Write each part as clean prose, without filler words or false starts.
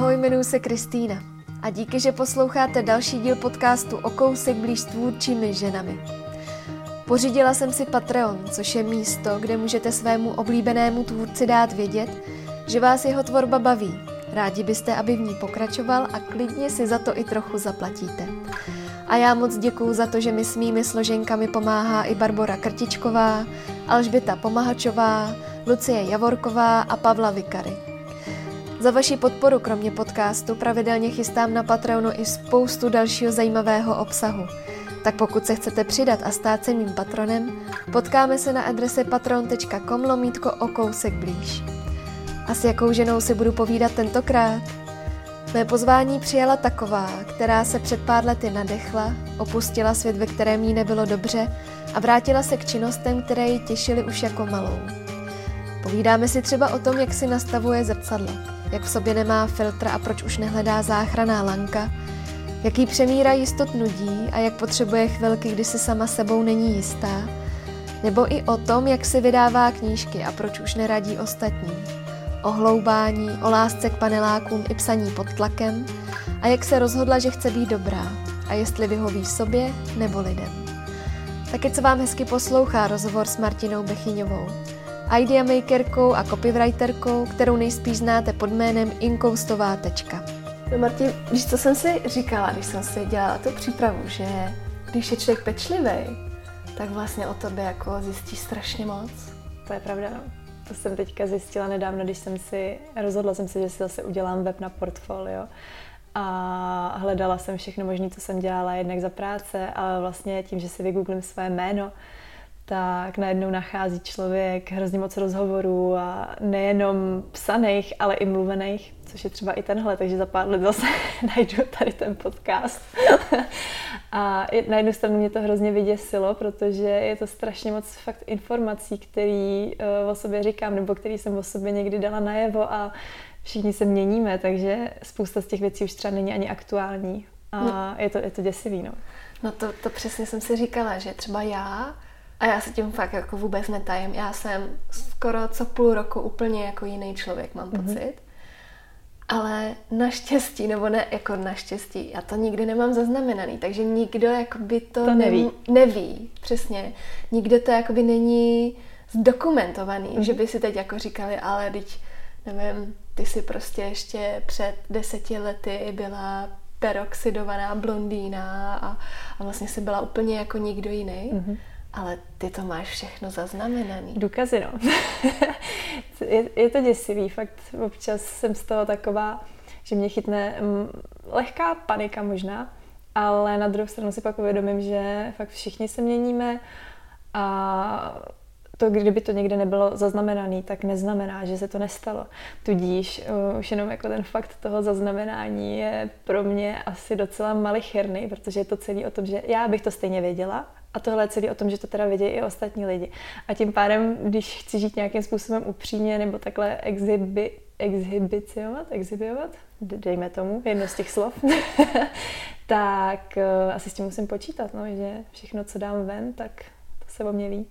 Ahoj, jmenuji se Kristýna a díky, že posloucháte další díl podcastu O kousek blíž s tvůrčími ženami. Pořídila jsem si Patreon, což je místo, kde můžete svému oblíbenému tvůrci dát vědět, že vás jeho tvorba baví. Rádi byste, aby v ní pokračoval a klidně si za to i trochu zaplatíte. A já moc děkuju za to, že mi s mými složenkami pomáhá i Barbora Krtičková, Alžběta Pomahačová, Lucie Javorková a Pavla Vikary. Za vaši podporu kromě podcastu pravidelně chystám na Patreonu i spoustu dalšího zajímavého obsahu. Tak pokud se chcete přidat a stát se mým patronem, potkáme se na adrese patreon.com/o kousek blíž. A s jakou ženou si budu povídat tentokrát? Mé pozvání přijala taková, která se před pár lety nadechla, opustila svět, ve kterém jí nebylo dobře a vrátila se k činnostem, které ji těšily už jako malou. Povídáme si třeba o tom, jak si nastavuje zrcadlo, jak v sobě nemá filtr a proč už nehledá záchranná lanka, jaký přemíra jistot nudí a jak potřebuje chvilky, kdy si sama sebou není jistá, nebo i o tom, jak si vydává knížky a proč už neradí ostatním, o hloubání, o lásce k panelákům i psaní pod tlakem a jak se rozhodla, že chce být dobrá a jestli vyhoví sobě nebo lidem. Tak se vám hezky poslouchá rozhovor s Martinou Bechyňovou, ideamakerkou a copywriterkou, kterou nejspíš znáte pod jménem Inkoustová tečka. No Martin, víš, co jsem si říkala, když jsem si dělala tu přípravu, že když je člověk pečlivý, tak vlastně o tobě jako zjistí strašně moc. To je pravda, no. To jsem teďka zjistila nedávno, když rozhodla jsem si, že si zase udělám web na portfolio. A hledala jsem všechno možné, co jsem dělala jednak za práce, ale vlastně tím, že si vygooglím své jméno, tak najednou nachází člověk hrozně moc rozhovorů a nejenom psaných, ale i mluvených, což je třeba i tenhle, takže za pár let zase najdu tady ten podcast. A na jednu stranu mě to hrozně vyděsilo, protože je to strašně moc fakt informací, které o sobě říkám, nebo které jsem o sobě někdy dala najevo a všichni se měníme, takže spousta z těch věcí už třeba není ani aktuální a je to děsivý, no. No to přesně jsem si říkala, že třeba já se tím fakt jako vůbec netajím. Já jsem skoro co půl roku úplně jako jiný člověk, mám pocit. Ale naštěstí, nebo ne jako naštěstí, já to nikdy nemám zaznamenaný, takže nikdo jakoby to neví. Přesně. Nikdo to jakoby není zdokumentovaný, že by si teď jako říkali, ale teď, nevím, ty si prostě ještě před 10 lety byla peroxidovaná blondýna a vlastně si byla úplně jako nikdo jiný. Ale ty to máš všechno zaznamenaný. Důkazy, no. je to děsivý, fakt občas jsem z toho taková, že mě chytne lehká panika možná, ale na druhou stranu si pak uvědomím, že fakt všichni se měníme a to, kdyby to někde nebylo zaznamenaný, tak neznamená, že se to nestalo. Tudíž už jenom jako ten fakt toho zaznamenání je pro mě asi docela malicherný, protože je to celý o tom, že já bych to stejně věděla, a tohle je celý o tom, že to teda vědí i ostatní lidi. A tím pádem, když chci žít nějakým způsobem upřímně nebo takhle exhibovat, dejme tomu, jedno z těch slov, tak asi s tím musím počítat, no, že všechno, co dám ven, tak to se o mě ví.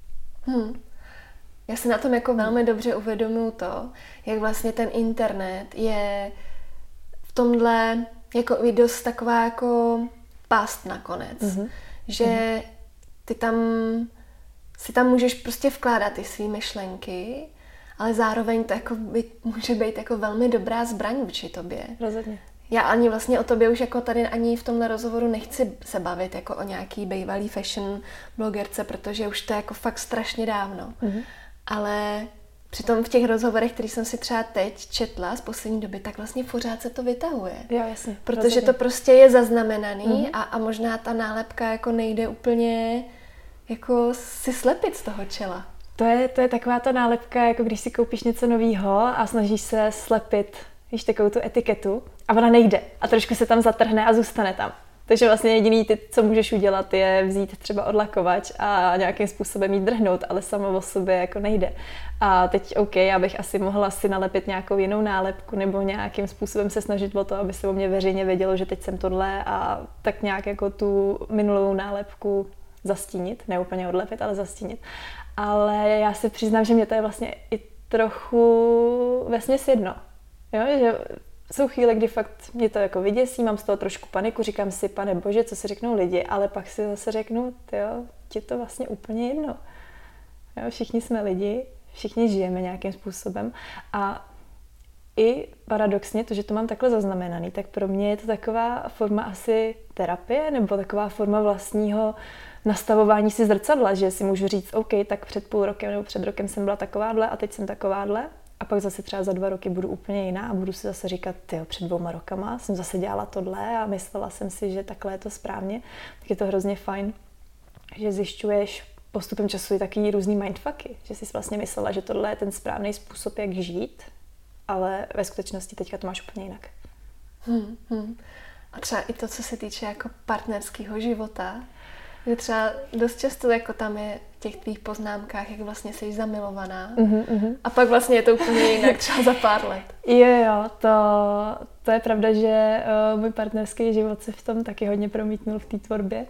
Já si na tom jako velmi dobře uvědomuji to, jak vlastně ten internet je v tomhle jako i dost taková jako pást nakonec. Že ty si tam můžeš prostě vkládat ty svý myšlenky, ale zároveň to jako může být jako velmi dobrá zbraň vůči tobě. Rozhodně. Já ani vlastně o tobě už jako tady ani v tomhle rozhovoru nechci se bavit jako o nějaký bývalý fashion blogerce, protože už to je jako fakt strašně dávno. Ale přitom v těch rozhovorech, který jsem si třeba teď četla z poslední doby, tak vlastně pořád se to vytahuje. Jo, jasně. Protože rozhodně. To prostě je zaznamenaný a možná ta nálepka jako nejde úplně jako si slepit z toho čela. To je taková ta nálepka, jako když si koupíš něco novýho a snažíš se slepit, víš, takovou tu etiketu a ona nejde a trošku se tam zatrhne a zůstane tam. Takže vlastně jediný, co můžeš udělat, je vzít třeba odlakovač a nějakým způsobem jí drhnout, ale samo o sobě jako nejde. A teď OK, já bych asi mohla si nalepit nějakou jinou nálepku nebo nějakým způsobem se snažit o to, aby se o mě veřejně vědělo, že teď jsem tohle a tak nějak jako tu minulou nálepku zastínit, ne úplně odlepit, ale zastínit. Ale já si přiznám, že mě to je vlastně i trochu vesměs jedno. Jo? Že jsou chvíle, kdy fakt mě to jako vyděsí, mám z toho trošku paniku, říkám si, pane bože, co si řeknou lidi, ale pak si zase řeknu, tyjo, ti to vlastně úplně jedno. Jo, všichni jsme lidi, všichni žijeme nějakým způsobem a i paradoxně to, že to mám takhle zaznamenaný, tak pro mě je to taková forma asi terapie nebo taková forma vlastního nastavování si zrcadla, že si můžu říct, OK, tak před půl rokem nebo před rokem jsem byla takováhle a teď jsem takováhle a pak zase třeba za 2 roky budu úplně jiná a budu si zase říkat, tyjo, před 2 rokama jsem zase dělala tohle a myslela jsem si, že takhle je to správně, tak je to hrozně fajn, že zjišťuješ postupem času i takový různý mindfucky, že jsi vlastně myslela, že tohle je ten správný způsob, jak žít, ale ve skutečnosti teďka to máš úplně jinak. A třeba i to, co se týče jako partnerského života, že třeba dost často jako tam je v těch tvých poznámkách, jak vlastně jsi zamilovaná a pak vlastně je to úplně jinak třeba za pár let. Jo, to je pravda, že můj partnerský život se v tom taky hodně promítnul v té tvorbě.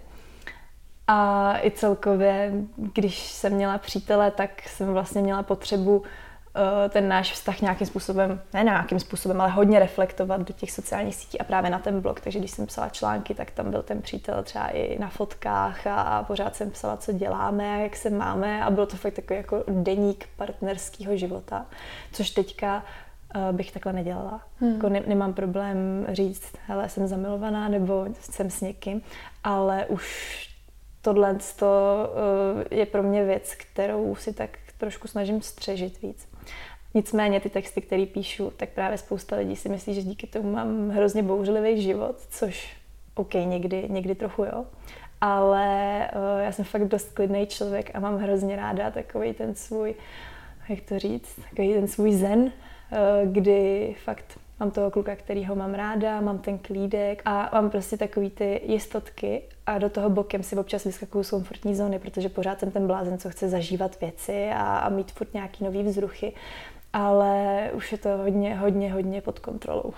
A i celkově, když jsem měla přítele, tak jsem vlastně měla potřebu ten náš vztah nějakým způsobem, ne nějakým způsobem, ale hodně reflektovat do těch sociálních sítí a právě na ten blog. Takže když jsem psala články, tak tam byl ten přítel třeba i na fotkách a pořád jsem psala, co děláme a jak se máme a bylo to fakt takový jako deník partnerského života, což teďka bych takhle nedělala. Jako nemám problém říct, hele, jsem zamilovaná nebo jsem s někým, ale už tohle je pro mě věc, kterou si tak trošku snažím střežit víc. Nicméně ty texty, které píšu, tak právě spousta lidí si myslí, že díky tomu mám hrozně bouřlivý život, což OK, někdy trochu jo, ale já jsem fakt dost klidný člověk a mám hrozně ráda takový ten svůj, jak to říct, takový ten svůj zen, kdy fakt mám toho kluka, kterýho mám ráda, mám ten klídek a mám prostě takový ty jistotky a do toho bokem si občas vyskakuju z komfortní zóny, protože pořád jsem ten blázen, co chce zažívat věci a mít furt nějaký nový vzruchy, ale už je to hodně pod kontrolou.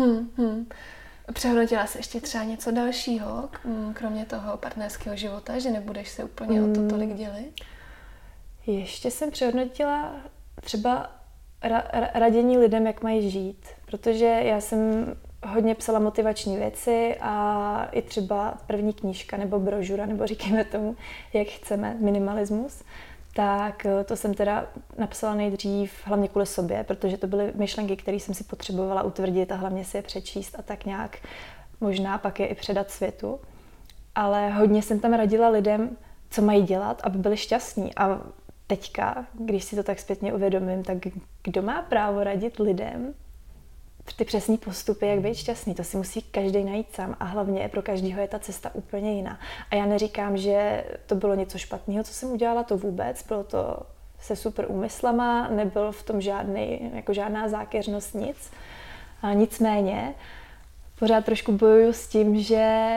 Přehodnotila jsi ještě třeba něco dalšího, kromě toho partnerského života, že nebudeš se úplně o to tolik dělit? Ještě jsem přehodnotila třeba radění lidem, jak mají žít, protože já jsem hodně psala motivační věci a i třeba první knížka nebo brožura, nebo říkáme tomu, jak chceme, minimalismus, tak to jsem teda napsala nejdřív hlavně kvůli sobě, protože to byly myšlenky, které jsem si potřebovala utvrdit a hlavně si je přečíst a tak nějak možná pak je i předat světu. Ale hodně jsem tam radila lidem, co mají dělat, aby byli šťastní. A teďka, když si to tak zpětně uvědomím, tak kdo má právo radit lidem ty přesný postupy, jak být šťastný, to si musí každý najít sám a hlavně pro každého je ta cesta úplně jiná. A já neříkám, že to bylo něco špatného, co jsem udělala, to vůbec, bylo to se super úmyslama, nebyl v tom žádná zákeřnost, nic. A nicméně pořád trošku bojuju s tím, že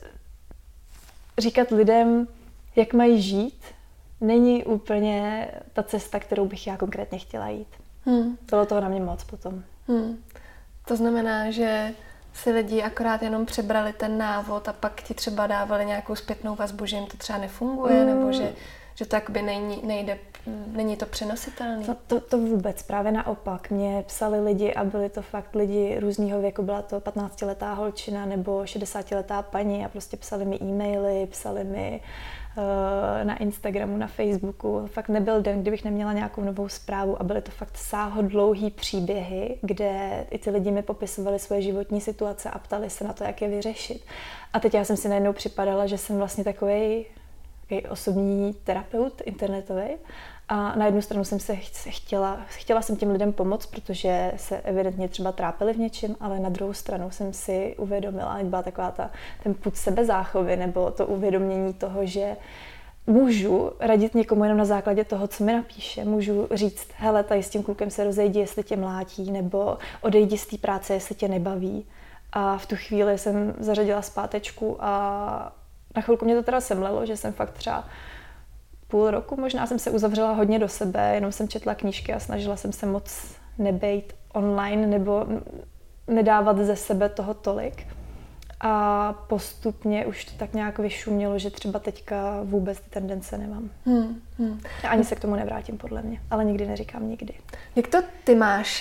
říkat lidem, jak mají žít, není úplně ta cesta, kterou bych já konkrétně chtěla jít. Bylo toho na mě moc potom. To znamená, že si lidi akorát jenom přebrali ten návod a pak ti třeba dávali nějakou zpětnou vazbu, že jim to třeba nefunguje, nebo že to jakoby není to přenositelné? To vůbec, právě naopak. Mě psali lidi a byli to fakt lidi různýho věku, byla to 15letá holčina nebo 60letá paní a prostě psali mi e-maily, psali mi na Instagramu, na Facebooku. Fakt nebyl den, kdybych neměla nějakou novou zprávu a byly to fakt sáhodlouhý příběhy, kde i ty lidi mi popisovali svoje životní situace a ptali se na to, jak je vyřešit. A teď já jsem si najednou připadala, že jsem vlastně takový osobní terapeut internetový. A na jednu stranu jsem se chtěla jsem těm lidem pomoct, protože se evidentně třeba trápili v něčem, ale na druhou stranu jsem si uvědomila, byla taková ten pud sebezáchovy nebo to uvědomění toho, že můžu radit někomu jenom na základě toho, co mi napíše. Můžu říct, hele, tady s tím klukem se rozejdi, jestli tě mlátí, nebo odejdi z té práce, jestli tě nebaví. A v tu chvíli jsem zařadila zpátečku a na chvilku mě to teda semlelo, že jsem fakt třeba půl roku možná jsem se uzavřela hodně do sebe, jenom jsem četla knížky a snažila jsem se moc nebejt online nebo nedávat ze sebe toho tolik. A postupně už to tak nějak vyšumělo, že třeba teďka vůbec ty tendence nemám. Já ani se k tomu nevrátím podle mě, ale nikdy neříkám nikdy. Jak to ty máš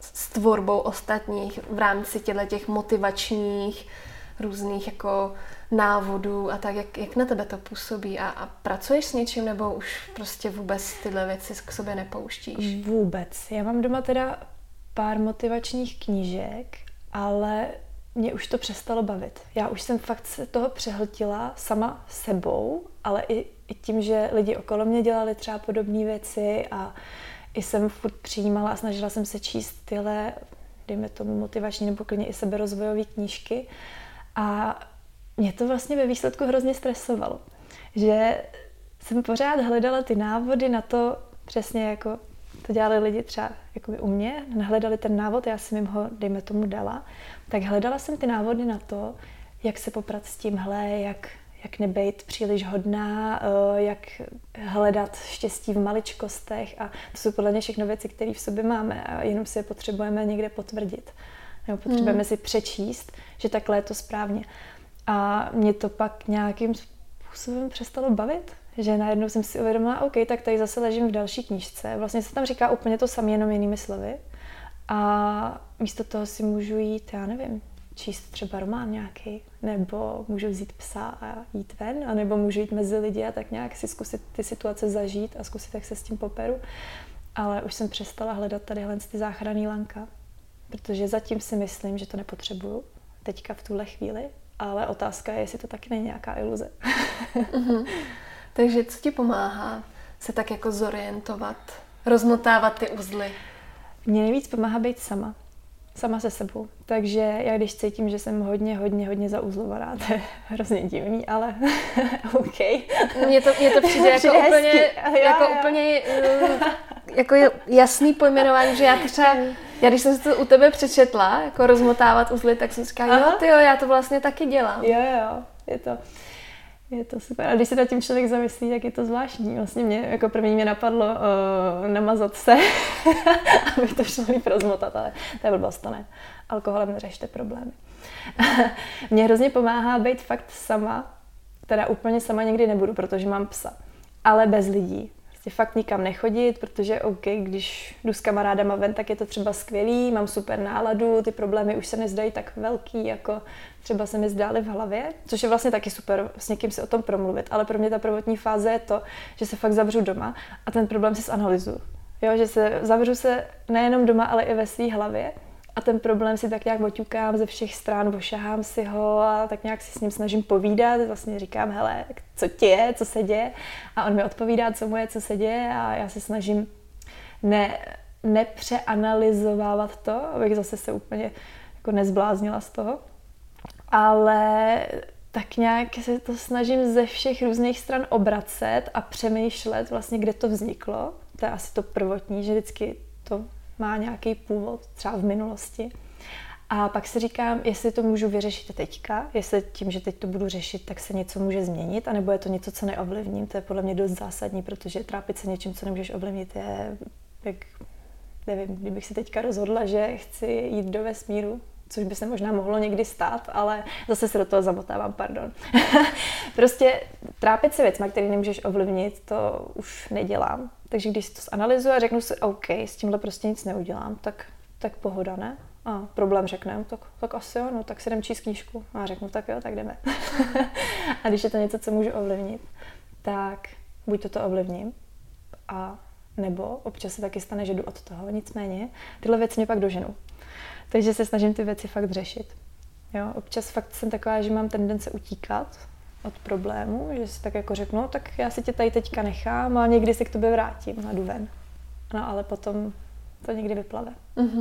s tvorbou ostatních v rámci těch motivačních různých jako návodů a tak, jak na tebe to působí a pracuješ s něčím nebo už prostě vůbec tyhle věci k sobě nepouštíš? Vůbec. Já mám doma teda pár motivačních knížek, ale mě už to přestalo bavit. Já už jsem fakt se toho přehltila sama sebou, ale i tím, že lidi okolo mě dělali třeba podobné věci a i jsem furt přijímala a snažila jsem se číst tyhle, dejme tomu motivační nebo klidně i seberozvojové knížky a mě to vlastně ve výsledku hrozně stresovalo, že jsem pořád hledala ty návody na to, přesně jako to dělali lidi třeba jako u mě, hledali ten návod, já jsem jim ho, dejme tomu, dala, tak hledala jsem ty návody na to, jak se poprat s tímhle, jak nebejt příliš hodná, jak hledat štěstí v maličkostech a to jsou podle mě všechno věci, které v sobě máme a jenom si je potřebujeme někde potvrdit. Nebo potřebujeme si přečíst, že takhle je to správně. A mě to pak nějakým způsobem přestalo bavit, že najednou jsem si uvědomila, OK, tak tady zase ležím v další knížce. Vlastně se tam říká úplně to samé, jenom jinými slovy. A místo toho si můžu jít, já nevím, číst třeba román nějaký, nebo můžu vzít psa a jít ven, anebo můžu jít mezi lidi a tak nějak si zkusit ty situace zažít a zkusit, jak se s tím poperu. Ale už jsem přestala hledat tadyhle ty záchranný lanka, protože zatím si myslím, že to nepotřebuju teďka v tuhle chvíli, ale otázka je, jestli to taky není nějaká iluze. Takže co ti pomáhá se tak jako zorientovat, rozmotávat ty uzly? Mně nejvíc pomáhá být sama se sebou. Takže já když cítím, že jsem hodně zauzlovaná, to je hrozně divný, ale OK. Mně to přijde jako úplně, úplně jako jasný pojmenování, že já když jsem si to u tebe přečetla, jako rozmotávat uzly, tak jsem říkala, jo, já to vlastně taky dělám. Jo, je to super. A když se nad tím člověk zamyslí, tak je to zvláštní. Vlastně jako první mě napadlo namazat se, aby to šlo líp rozmotat, ale to je blbost, to ne. Alkoholem neřešte problémy. Mně hrozně pomáhá být fakt sama, teda úplně sama někdy nebudu, protože mám psa, ale bez lidí. Prostě fakt nikam nechodit, protože OK, když jdu s kamarádama ven, tak je to třeba skvělý, mám super náladu, ty problémy už se nezdají tak velký, jako třeba se mi zdály v hlavě, což je vlastně taky super s někým si o tom promluvit, ale pro mě ta prvotní fáze je to, že se fakt zavřu doma a ten problém si zanalyzuju. Jo, že zavřu se nejenom doma, ale i ve své hlavě a ten problém si tak nějak oťukám ze všech stran, ošahám si ho a tak nějak si s ním snažím povídat. Vlastně říkám, hele, co ti je, co se děje? A on mi odpovídá, co mu je, co se děje a já se snažím nepřeanalyzovávat to, abych zase se úplně jako nezbláznila z toho. Ale tak nějak se to snažím ze všech různých stran obracet a přemýšlet vlastně, kde to vzniklo. To je asi to prvotní, že vždycky to má nějaký původ, třeba v minulosti. A pak si říkám, jestli to můžu vyřešit teďka, jestli tím, že teď to budu řešit, tak se něco může změnit, anebo je to něco, co neovlivním. To je podle mě dost zásadní, protože trápit se něčím, co nemůžeš ovlivnit, je, jak, nevím, kdybych si teďka rozhodla, že chci jít do vesmíru, což by se možná mohlo někdy stát, ale zase se do toho zamotávám, pardon. Prostě trápit se věcma, které nemůžeš ovlivnit, to už nedělám. Takže když si to zanalyzuji a řeknu si, OK, s tímhle prostě nic neudělám, tak pohoda, ne? A problém řekne, tak asi jo, no tak si jdem číst knížku. A řeknu, tak jo, tak jdeme. A když je to něco, co můžu ovlivnit, tak buď to ovlivním, a nebo občas se taky stane, že jdu od toho. Nicméně tyhle věci mě pak doženou. Takže se snažím ty věci fakt řešit. Jo, občas fakt jsem taková, že mám tendence utíkat od problému, že si tak jako řeknu, tak já si tě tady teďka nechám a někdy si k tobě vrátím a jdu ven. No ale potom to někdy vyplave.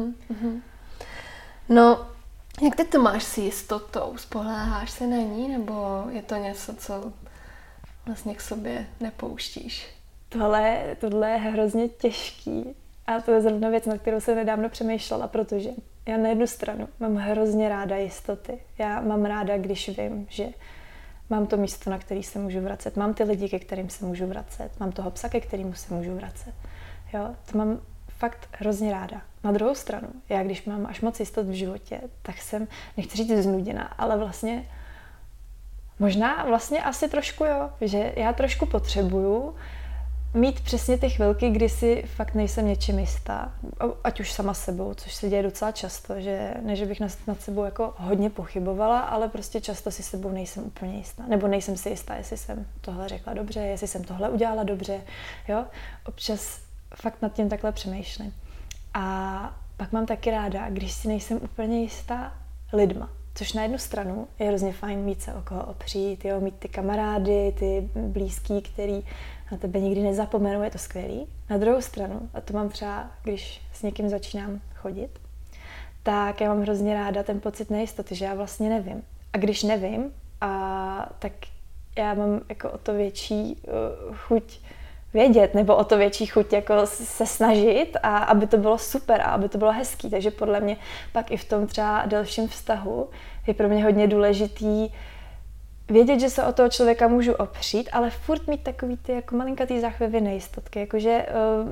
No, jak ty to máš s jistotou? Spoléháš se na ní, nebo je to něco, co vlastně k sobě nepouštíš? Tohle je hrozně těžký a to je zrovna věc, na kterou jsem nedávno přemýšlela, protože já na jednu stranu mám hrozně ráda jistoty. Já mám ráda, když vím, že mám to místo, na který se můžu vracet, mám ty lidi, ke kterým se můžu vracet, mám toho psa, ke kterému se můžu vracet. Jo, to mám fakt hrozně ráda. Na druhou stranu, já když mám až moc jistot v životě, tak jsem, nechci říct znuděná, ale vlastně možná vlastně asi trošku jo, že já trošku potřebuju mít přesně ty chvilky, kdy si fakt nejsem něčím jistá, ať už sama sebou, což se děje docela často, že ne, že bych nad sebou jako hodně pochybovala, ale prostě často si sebou nejsem úplně jistá, nebo nejsem si jistá, jestli jsem tohle řekla dobře, jestli jsem tohle udělala dobře, jo, občas fakt nad tím takhle přemýšlím. A pak mám taky ráda, když si nejsem úplně jistá lidma. Což na jednu stranu je hrozně fajn mít se o koho opřít, jo? Mít ty kamarády, ty blízký, který na tebe nikdy nezapomenou, je to skvělý. Na druhou stranu, a to mám třeba, když s někým začínám chodit, tak já mám hrozně ráda ten pocit nejistoty, že já vlastně nevím. A když nevím, tak já mám jako o to větší chuť vědět, nebo o to větší chuť jako se snažit a aby to bylo super a aby to bylo hezký. Takže podle mě pak i v tom třeba delším vztahu je pro mě hodně důležitý vědět, že se o toho člověka můžu opřít, ale furt mít takový ty jako malinkatý záchvěvy nejistotky. Jakože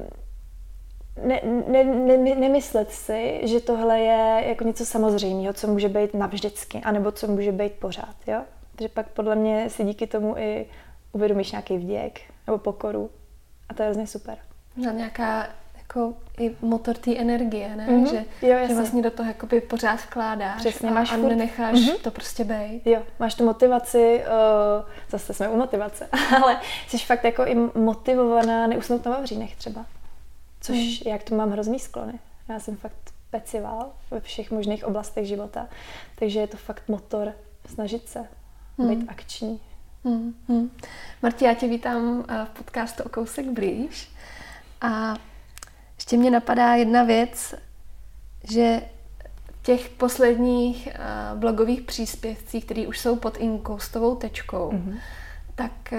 nemyslet si, že tohle je jako něco samozřejmého, co může být navždycky, anebo co může být pořád. Jo? Takže pak podle mě si díky tomu i uvědomíš nějaký vděk nebo pokoru. A to je hrozně super. Možná nějaká jako i motor té energie, ne? Mm-hmm. Že vlastně do toho jakoby pořád vkládáš. Přesně, máš a nenecháš to prostě bejt. Jo, máš tu motivaci, zase jsme u motivace, ale jsi fakt jako i motivovaná neusnout na vavřínech třeba. Což jak to mám hrozný sklony. Já jsem fakt pecivá ve všech možných oblastech života, takže je to fakt motor snažit se být akční. Marti, já tě vítám v podcastu O kousek blíž a ještě mě napadá jedna věc, že v těch posledních blogových příspěvcích, které už jsou pod inkoustovou tečkou, tak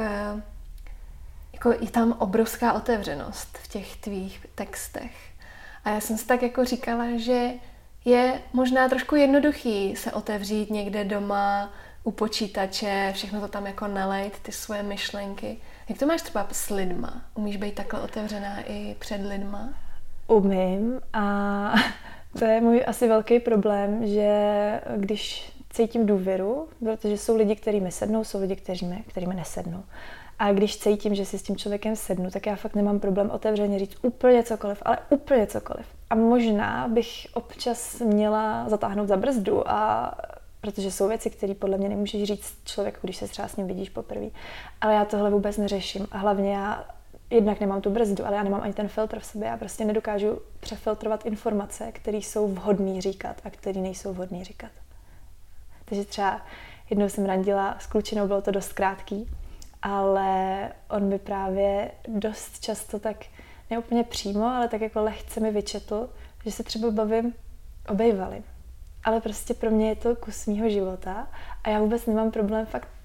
jako je tam obrovská otevřenost v těch tvých textech. A já jsem si tak jako říkala, že je možná trošku jednoduchý se otevřít někde doma, u počítače, všechno to tam jako nalejt, ty svoje myšlenky. Jak to máš třeba s lidma? Umíš být takhle otevřená i před lidma? Umím a to je můj asi velký problém, že když cítím důvěru, protože jsou lidi, kteří mi sednou, jsou lidi, kteří mi nesednou. A když cítím, že si s tím člověkem sednu, tak já fakt nemám problém otevřeně říct úplně cokoliv, ale úplně cokoliv. A možná bych občas měla zatáhnout za brzdu protože jsou věci, které podle mě nemůžeš říct člověku, když se třeba s ním vidíš poprvé. Ale já tohle vůbec neřeším. A hlavně já jednak nemám tu brzdu, ale já nemám ani ten filtr v sobě. Já prostě nedokážu přefiltrovat informace, které jsou vhodné říkat a které nejsou vhodné říkat. Takže třeba jednou jsem randila s klučinou, bylo to dost krátký, ale on mi právě dost často tak, ne úplně přímo, ale tak jako lehce mi vyčetl, že se třeba bavím o bejvali. Ale prostě pro mě je to kus mýho života a já vůbec nemám problém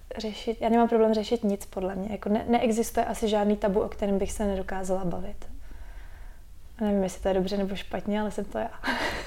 řešit nic podle mě. Jako neexistuje asi žádný tabu, o kterém bych se nedokázala bavit. Nevím, jestli to je dobře nebo špatně, ale jsem to já.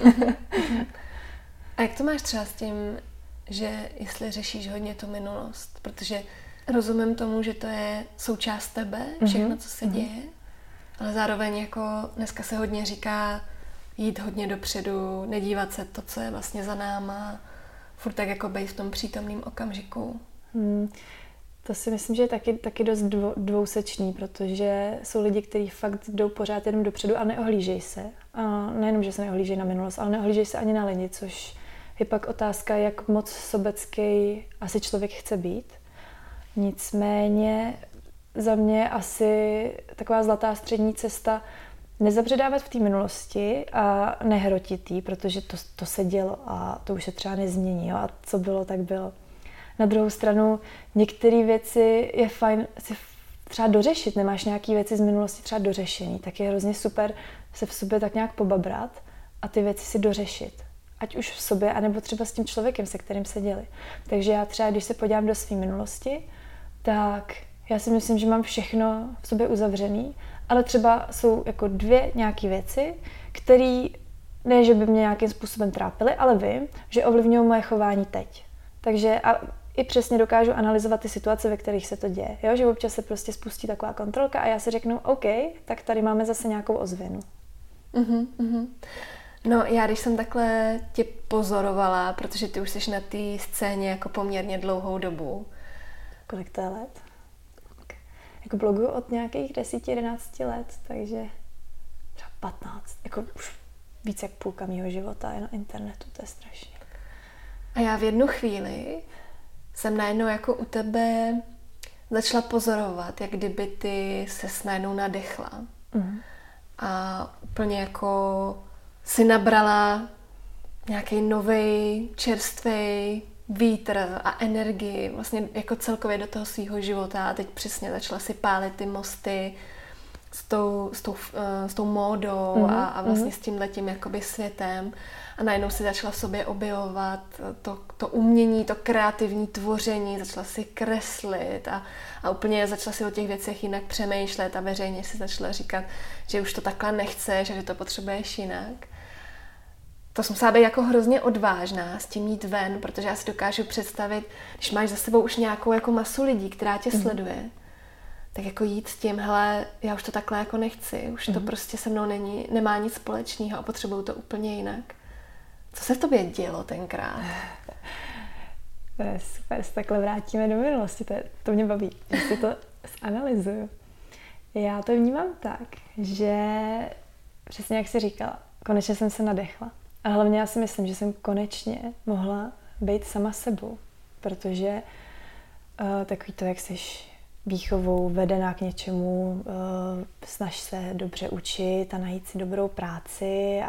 A jak to máš třeba s tím, že jestli řešíš hodně tu minulost? Protože rozumím tomu, že to je součást tebe, všechno, co se děje, ale zároveň jako dneska se hodně říká jít hodně dopředu, nedívat se to, co je vlastně za náma, furt tak jako být v tom přítomném okamžiku. To si myslím, že je taky dost dvousečný, protože jsou lidi, kteří fakt jdou pořád jenom dopředu a neohlížejí se. A nejenom, že se neohlížejí na minulost, ale neohlížejí se ani na lidi, což je pak otázka, jak moc sobecký asi člověk chce být. Nicméně za mě asi taková zlatá střední cesta nezabředávat v té minulosti a nehrotit jí, protože to se dělo a to už se třeba nezmění. Jo? A co bylo, tak bylo. Na druhou stranu některé věci je fajn si třeba dořešit. Nemáš nějaké věci z minulosti třeba dořešený, tak je hrozně super se v sobě tak nějak pobabrat a ty věci si dořešit. Ať už v sobě, anebo třeba s tím člověkem, se kterým se děli. Takže já třeba, když se podívám do své minulosti, tak já si myslím, že mám všechno v sobě uzavřený, ale třeba jsou jako dvě nějaké věci, které ne, že by mě nějakým způsobem trápily, ale vím, že ovlivňují moje chování teď. Takže a i přesně dokážu analyzovat ty situace, ve kterých se to děje. Jo? Že občas se prostě spustí taková kontrolka a já si řeknu, OK, tak tady máme zase nějakou ozvěnu. No já když jsem takhle tě pozorovala, protože ty už jsi na té scéně jako poměrně dlouhou dobu. Kolik to je let? jako bloguju od nějakých 10-11 let, takže třeba 15, jako už víc jak půlka mýho života je na internetu, to je strašně. A já v jednu chvíli jsem najednou jako u tebe začala pozorovat, jak kdyby ty ses najednou nadechla. A úplně jako si nabrala nějaký novej, čerstvej vítr a energii vlastně jako celkově do toho svýho života a teď přesně začala si pálit ty mosty s tou módou a vlastně s tímhletím jakoby světem a najednou si začala v sobě objevovat to umění, to kreativní tvoření, začala si kreslit a úplně začala si o těch věcech jinak přemýšlet a veřejně si začala říkat, že už to takhle nechceš a že to potřebuješ jinak. To jsem musela být jako hrozně odvážná s tím jít ven, protože já si dokážu představit, když máš za sebou už nějakou jako masu lidí, která tě sleduje, tak jako jít s tím, hele, já už to takhle jako nechci, už to prostě se mnou nemá nic společného a potřebuju to úplně jinak. Co se v tobě dělo tenkrát? To je super, se takhle vrátíme do minulosti, to mě baví, že si to zanalyzuju. Já to vnímám tak, že přesně jak jsi říkala, konečně jsem se nadechla. A hlavně já si myslím, že jsem konečně mohla být sama sebou, protože takový to, jak jsi výchovou vedená k něčemu, snaž se dobře učit a najít si dobrou práci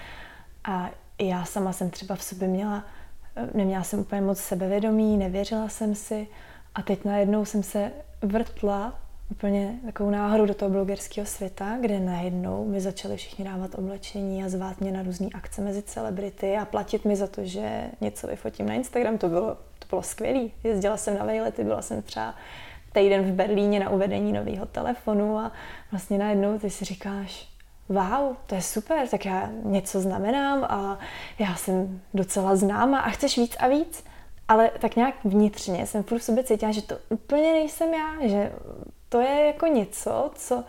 a já sama jsem třeba v sobě neměla jsem úplně moc sebevědomí, nevěřila jsem si a teď najednou jsem se vrtla úplně takovou náhodou do toho blogerského světa, kde najednou mi začali všichni dávat oblečení a zvát mě na různé akce mezi celebrity a platit mi za to, že něco vyfotím na Instagram. To bylo skvělý. Jezdila jsem na vejlety, byla jsem třeba týden v Berlíně na uvedení nového telefonu a vlastně najednou ty si říkáš, wow, to je super, tak já něco znamenám a já jsem docela známá a chceš víc a víc. Ale tak nějak vnitřně jsem furt v sobě cítila, že to úplně nejsem já, že to je jako něco,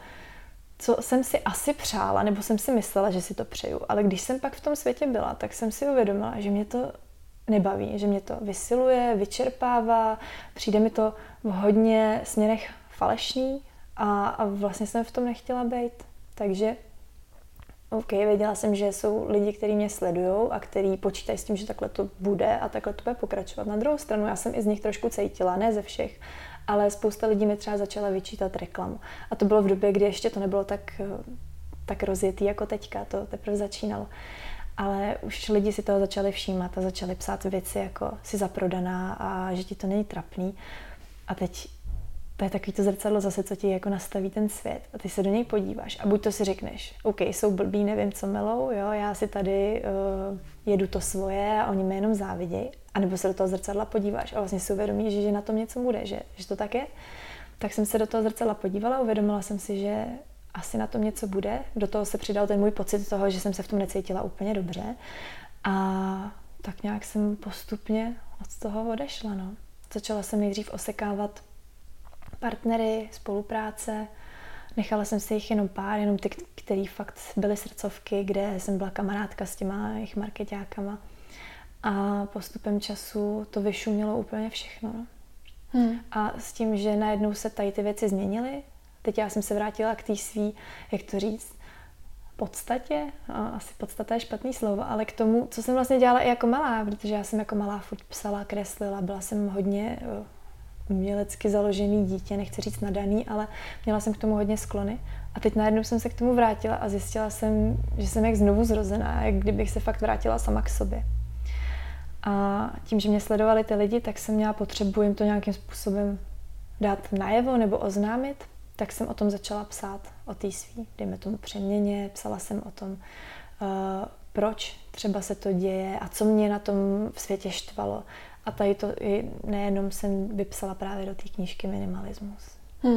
co jsem si asi přála, nebo jsem si myslela, že si to přeju. Ale když jsem pak v tom světě byla, tak jsem si uvědomila, že mě to nebaví, že mě to vysiluje, vyčerpává, přijde mi to v hodně směrech falešný a vlastně jsem v tom nechtěla být. Takže OK, věděla jsem, že jsou lidi, kteří mě sledujou a kteří počítají s tím, že takhle to bude a takhle to bude pokračovat. Na druhou stranu já jsem i z nich trošku cítila, ne ze všech, ale spousta lidí mi třeba začala vyčítat reklamu. A to bylo v době, kdy ještě to nebylo tak rozjetý jako teďka, to teprve začínalo. Ale už lidi si toho začali všímat a začali psát věci jako jsi zaprodaná a že ti to není trapný. A teď to je takový to zrcadlo zase, co ti jako nastaví ten svět. A ty se do něj podíváš a buď to si řekneš, OK, jsou blbí, nevím, co melou, jo, já si tady jedu to svoje a oni mě jenom závidějí. A nebo se do toho zrcadla podíváš a vlastně si uvědomíš, že na tom něco bude, že to tak je. Tak jsem se do toho zrcadla podívala a uvědomila jsem si, že asi na tom něco bude. Do toho se přidal ten můj pocit toho, že jsem se v tom necítila úplně dobře. A tak nějak jsem postupně od toho odešla. No. Začala jsem nejdřív osekávat partnery, spolupráce. Nechala jsem si jich jenom pár, jenom ty, který fakt byly srdcovky, kde jsem byla kamarádka s těma jejich markeťákama. A postupem času to vyšumělo úplně všechno. No. A s tím, že najednou se tady ty věci změnily, teď já jsem se vrátila k té svý, jak to říct, podstatě, asi podstata je špatný slovo, ale k tomu, co jsem vlastně dělala i jako malá, protože já jsem jako malá furt psala, kreslila, byla jsem hodně umělecky založený dítě, nechci říct nadaný, ale měla jsem k tomu hodně sklony. A teď najednou jsem se k tomu vrátila a zjistila jsem, že jsem jak znovu zrozená, jak kdybych se fakt vrátila sama k sobě. A tím, že mě sledovali ty lidi, tak jsem měla potřebu jim to nějakým způsobem dát najevo nebo oznámit, tak jsem o tom začala psát, o té svý, dejme tomu přeměně, psala jsem o tom, proč třeba se to děje a co mě na tom v světě štvalo. A tady to nejenom jsem vypsala právě do té knížky Minimalismus.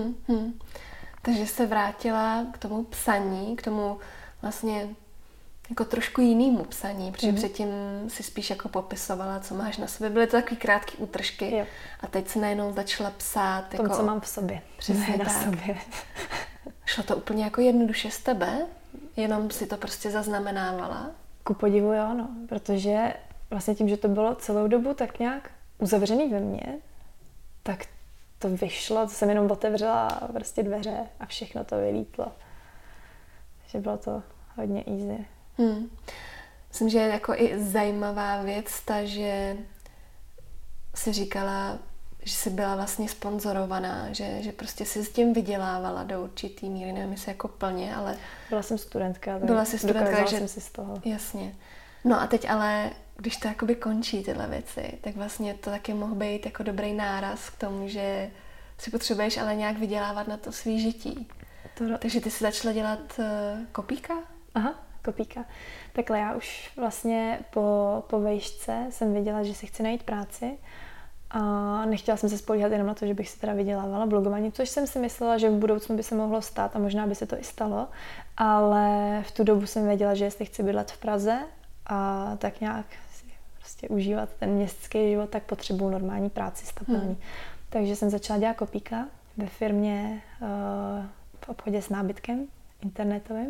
Takže se vrátila k tomu psaní, k tomu vlastně jako trošku jinému psaní, protože předtím si spíš jako popisovala, co máš na sobě. Byly to takový krátký útržky. Jo. A teď se najednou začala psát. Tom, jako, co mám v sobě. Přesně na sobě. Šlo to úplně jako jednoduše z tebe? Jenom si to prostě zaznamenávala? Ku podivu jo, no. Protože vlastně tím, že to bylo celou dobu tak nějak uzavřený ve mně, tak to vyšlo, to jsem jenom otevřela prostě dveře a všechno to vylítlo. Takže bylo to hodně easy. Myslím, že je jako i zajímavá věc ta, že jsi říkala, že jsi byla vlastně sponzorovaná, že prostě si s tím vydělávala do určitý míry, nevím, jestli jako plně, ale... Byla jsem studentka, takže jsem si z toho. Jasně. No a teď ale, když to jakoby končí tyhle věci, tak vlastně to taky mohl být jako dobrý náraz k tomu, že si potřebuješ ale nějak vydělávat na to svý žití. Takže ty jsi začala dělat kopíka? Aha, kopíka. Takhle já už vlastně po vejšce jsem věděla, že si chci najít práci a nechtěla jsem se spolíhat jenom na to, že bych si teda vydělávala blogováním, což jsem si myslela, že v budoucnu by se mohlo stát a možná by se to i stalo, ale v tu dobu jsem věděla, že jestli chci bydlet v Praze a tak nějak si prostě užívat ten městský život, tak potřebuju normální práci, stabilní. Takže jsem začala dělat kopíka ve firmě v obchodě s nábytkem internetovým.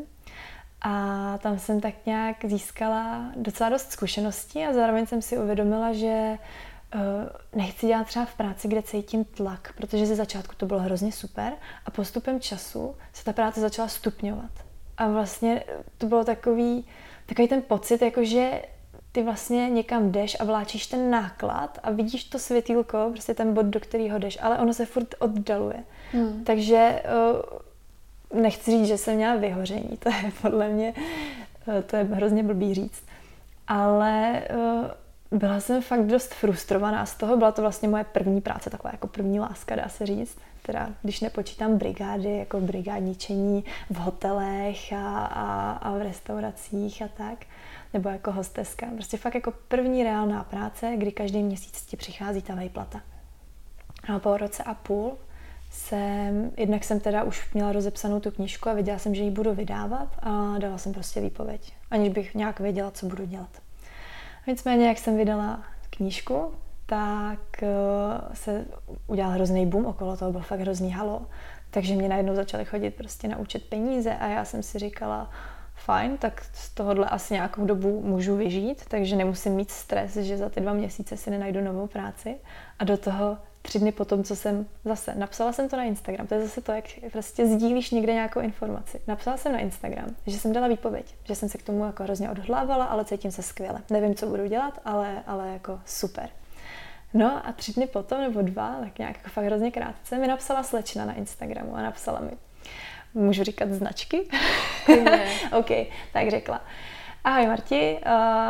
A tam jsem tak nějak získala docela dost zkušeností a zároveň jsem si uvědomila, že nechci dělat třeba v práci, kde cítím tlak, protože ze začátku to bylo hrozně super a postupem času se ta práce začala stupňovat. A vlastně to bylo takový ten pocit, jakože ty vlastně někam jdeš a vláčíš ten náklad a vidíš to světýlko, prostě ten bod, do kterého jdeš, ale ono se furt oddaluje. Takže nechci říct, že jsem měla vyhoření, to je podle mě, to je hrozně blbý říct. Ale byla jsem fakt dost frustrovaná z toho, byla to vlastně moje první práce, taková jako první láska, dá se říct. Teda, když nepočítám brigády, jako brigádničení v hotelech a v restauracích a tak, nebo jako hosteska. Prostě fakt jako první reálná práce, kdy každý měsíc ti přichází ta výplata. A po roce a půl jednak jsem teda už měla rozepsanou tu knížku a věděla jsem, že ji budu vydávat a dala jsem prostě výpověď, aniž bych nějak věděla, co budu dělat. Nicméně, jak jsem vydala knížku, tak se udělal hrozný boom okolo toho, byl fakt hrozný halo. Takže mě najednou začaly chodit prostě na účet peníze a já jsem si říkala, fajn, tak z tohohle asi nějakou dobu můžu vyžít, takže nemusím mít stres, že za ty 2 měsíce si nenajdu novou práci. A do toho 3 dny potom, co jsem zase, napsala jsem to na Instagram, to je zase to, jak prostě sdílíš někde nějakou informaci. Napsala jsem na Instagram, že jsem dala výpověď, že jsem se k tomu jako hrozně odhodlávala, ale cítím se skvěle. Nevím, co budu dělat, ale jako super. No a 3 dny potom, nebo 2, tak nějak jako fakt hrozně krátce, mi napsala slečna na Instagramu a napsala mi, můžu říkat značky? OK, tak řekla. Ahoj Marti,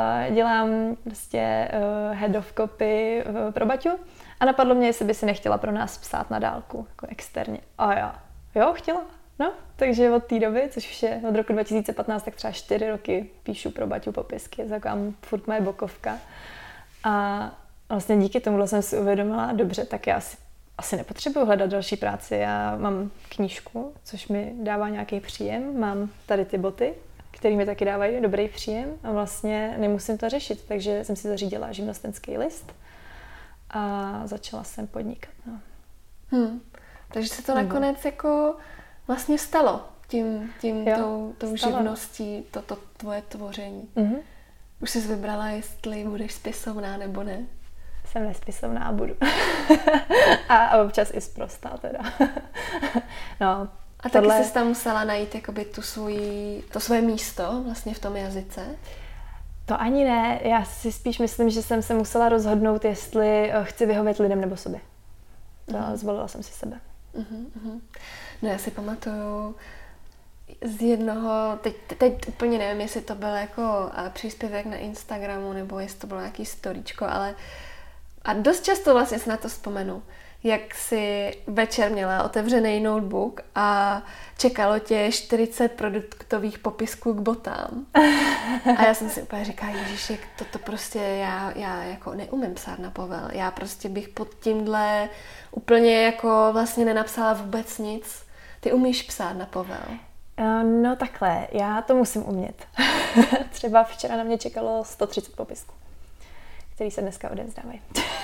dělám prostě head of copy pro Baťu a napadlo mě, jestli by si nechtěla pro nás psát na dálku, jako externě. A já, jo, chtěla. No, takže od té doby, což už je od roku 2015, tak třeba 4 roky píšu pro Baťu popisky, taková furt moje bokovka. A vlastně díky tomu jsem si uvědomila, dobře, tak já asi nepotřebuji hledat další práci. Já mám knížku, což mi dává nějaký příjem, mám tady ty boty, které mi taky dávají dobrý příjem a vlastně nemusím to řešit, takže jsem si zařídila živnostenský list a začala jsem podnikat. No. Takže se to nakonec jako vlastně stalo tou živností, to tvoje tvoření. Už jsi vybrala, jestli budeš spisovná nebo ne? Jsem nespisovná a budu. a občas i sprostá teda. No, a taky jsi tam musela najít jakoby to svoje místo vlastně v tom jazyce? To ani ne. Já si spíš myslím, že jsem se musela rozhodnout, jestli chci vyhovět lidem nebo sobě. Zvolila jsem si sebe. No já si pamatuju z jednoho, teď úplně nevím, jestli to byl jako příspěvek na Instagramu, nebo jestli to bylo nějaký storíčko, ale a dost často vlastně si na to vzpomenu, jak si večer měla otevřený notebook a čekalo tě 40 produktových popisků k botám. A já jsem si úplně říkala, ježiš, jak toto prostě já jako neumím psát na povel. Já prostě bych pod tímhle úplně jako vlastně nenapsala vůbec nic. Ty umíš psát na povel? No takhle, já to musím umět. Třeba včera na mě čekalo 130 popisků, který se dneska odevzdávají.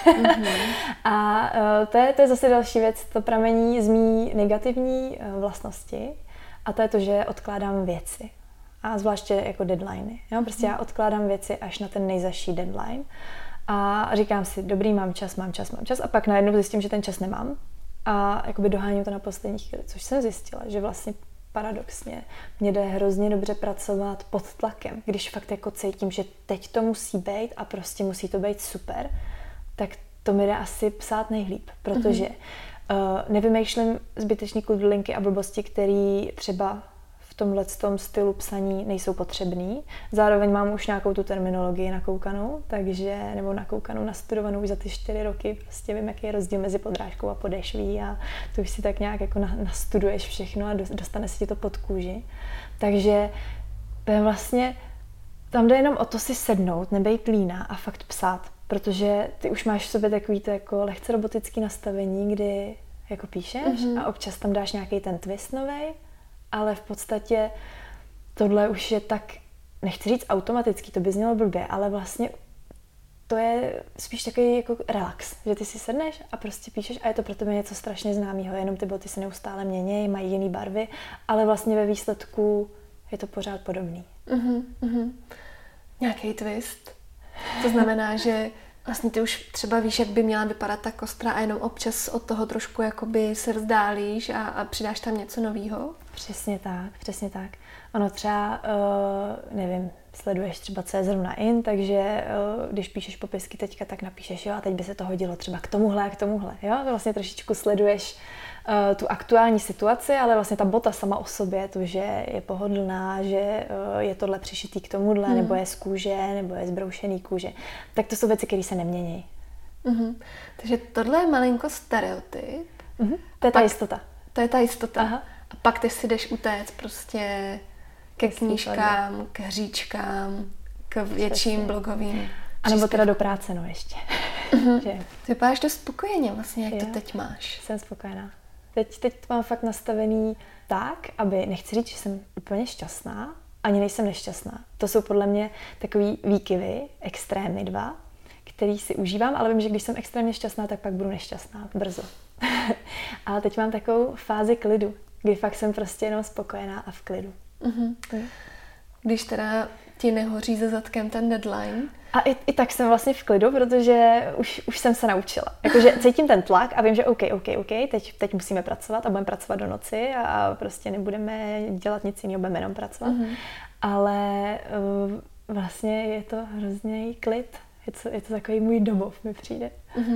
A to je zase další věc, to pramení z mý negativní vlastnosti a to je to, že odkládám věci. A zvláště jako deadliny. Jo? Prostě já odkládám věci až na ten nejzazší deadline a říkám si, dobrý, mám čas a pak najednou zjistím, že ten čas nemám a jakoby doháním to na poslední chvíli, což jsem zjistila, že vlastně paradoxně mě jde hrozně dobře pracovat pod tlakem, když fakt jako cítím, že teď to musí být a prostě musí to být super, tak to mi jde asi psát nejlíp, protože nevymýšlím zbytečný kudlinky a blbosti, které třeba v tomhletom stylu psaní nejsou potřebný. Zároveň mám už nějakou tu terminologii nakoukanou, nebo nastudovanou už za ty 4 roky, prostě vím, jaký je rozdíl mezi podrážkou a podešví a to už si tak nějak jako nastuduješ všechno a dostane se ti to pod kůži. Takže to je vlastně, tam jde jenom o to si sednout, nebejt líná a fakt psát, protože ty už máš v sobě takový to jako lehce robotický nastavení, kdy jako píšeš a občas tam dáš nějaký ten twist novej, ale v podstatě tohle už je tak, nechci říct automatický, to by znělo blbě, ale vlastně to je spíš takový jako relax, že ty si sedneš a prostě píšeš a je to pro tebe něco strašně známého, jenom ty boty se neustále mění, mají jiný barvy, ale vlastně ve výsledku je to pořád podobný. Nějaký twist. To znamená, že vlastně ty už třeba víš, jak by měla vypadat ta kostra a jenom občas od toho trošku jakoby se vzdálíš a přidáš tam něco novýho? Přesně tak. Ono třeba, nevím, sleduješ třeba co je zrovna in, takže když píšeš popisky teďka, tak napíšeš, jo, a teď by se to hodilo třeba k tomuhle, jo, vlastně trošičku sleduješ tu aktuální situaci, ale vlastně ta bota sama o sobě, to, že je pohodlná, že je tohle přišitý k tomuhle, nebo je z kůže, nebo je z broušený kůže, tak to jsou věci, které se nemění. Takže tohle je malinko stereotyp. To je ta jistota. To je ta jistota. Aha. A pak ty si jdeš utéct prostě ke knížkám, k hříčkám, k větším blogovým. A nebo teda do práce, no ještě. Ty vypadáš dost spokojeně vlastně, jak to teď máš. Jsem spokojená. Teď to mám fakt nastavený tak, aby, nechci říct, že jsem úplně šťastná, ani nejsem nešťastná. To jsou podle mě takový výkyvy, extrémy 2, který si užívám, ale vím, že když jsem extrémně šťastná, tak pak budu nešťastná brzo. Ale teď mám takovou fázi klidu, kdy fakt jsem prostě jenom spokojená a v klidu. Když teda ti nehoří za zadkem ten deadline. A i tak jsem vlastně v klidu, protože už jsem se naučila. Jakože cítím ten tlak a vím, že OK, teď musíme pracovat a budeme pracovat do noci a prostě nebudeme dělat nic jiného, budeme jenom pracovat. Ale vlastně je to hrozný klid. Je to takový můj domov, mi přijde.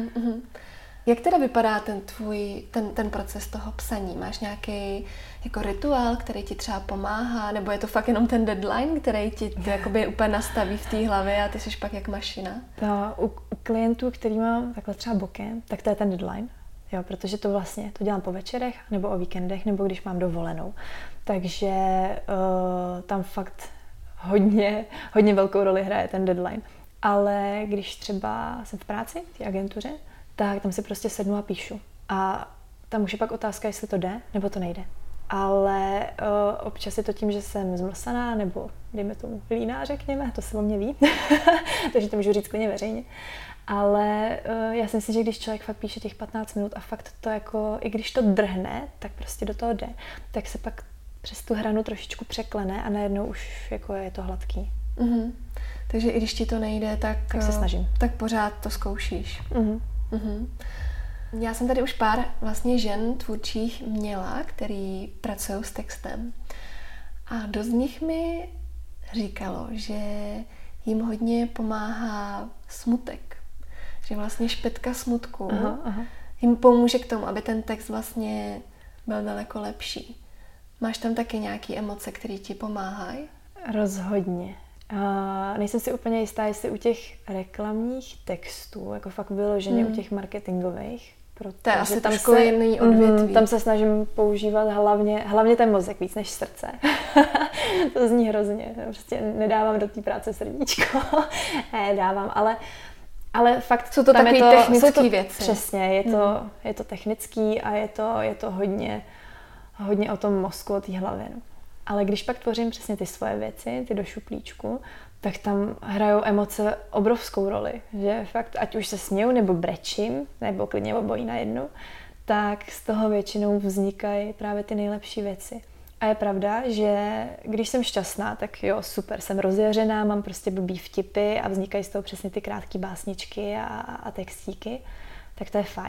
Jak teda vypadá ten proces toho psaní? Máš nějaký jako rituál, který ti třeba pomáhá? Nebo je to fakt jenom ten deadline, který ti jakoby úplně nastaví v té hlavě a ty jsi pak jak mašina? U klientů, který mám takhle třeba bokem, tak to je ten deadline. Jo, protože to vlastně to dělám po večerech, nebo o víkendech, nebo když mám dovolenou. Takže tam fakt hodně velkou roli hraje ten deadline. Ale když třeba jsem v práci, v té agentuře, tak tam si prostě sednu a píšu. A tam už je pak otázka, jestli to jde, nebo to nejde. Ale občas je to tím, že jsem zmlsaná, nebo dejme tomu líná, řekněme, to se o mě ví, takže to můžu říct klidně veřejně. Ale já si myslím, že když člověk fakt píše těch 15 minut a fakt to jako, i když to drhne, tak prostě do toho jde, tak se pak přes tu hranu trošičku překlene a najednou už jako je to hladký. Takže i když ti to nejde, tak se snažím. Tak pořád to zkoušíš. Já jsem tady už pár vlastně žen tvůrčích měla, který pracují s textem. A dost z nich mi říkalo, že jim hodně pomáhá smutek. Že vlastně špetka smutku jim pomůže k tomu, aby ten text vlastně byl daleko lepší. Máš tam taky nějaké emoce, které ti pomáhají? Rozhodně. Nejsem si úplně jistá, jestli u těch reklamních textů, jako fakt vyloženě u těch marketingových. To je asi trošku jiný odvětví. Tam se snažím používat hlavně ten mozek víc než srdce. To zní hrozně. Prostě nedávám do té práce srdíčko. Dávám, ale fakt jsou to takové technické věci. Přesně, je to technický a je to hodně o tom mozku, o té hlavě. No. Ale když pak tvořím přesně ty svoje věci, ty do šuplíčku, tak tam hrajou emoce obrovskou roli. Že fakt, ať už se směju, nebo brečím, nebo klidně obojí najednou, tak z toho většinou vznikají právě ty nejlepší věci. A je pravda, že když jsem šťastná, tak jo, super, jsem rozjařená, mám prostě blbý vtipy a vznikají z toho přesně ty krátké básničky a textíky, tak to je fajn.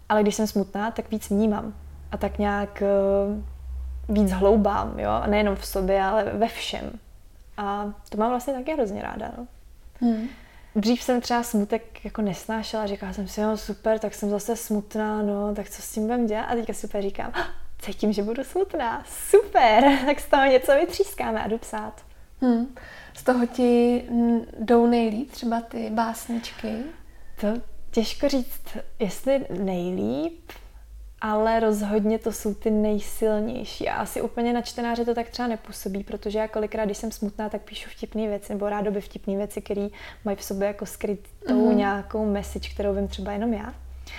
ale když jsem smutná, tak víc vnímám a tak nějak víc hloubám, jo, a nejenom v sobě, ale ve všem. A to mám vlastně taky hrozně ráda, no. Dřív jsem třeba smutek jako nesnášela, říkala jsem si, jo, super, tak jsem zase smutná, no, tak co s tím budem dělat? A teďka super říkám, cítím, že budu smutná, super, tak z toho něco vytřískáme a jdu psát. Z toho ti jdou nejlíp třeba ty básničky? To těžko říct, jestli nejlíp, ale rozhodně to jsou ty nejsilnější. A asi úplně na čtenáře to tak třeba nepůsobí, protože já kolikrát, když jsem smutná, tak píšu vtipné věci, nebo rádoby vtipné věci, které mají v sobě jako skrytou nějakou message, kterou vím třeba jenom já.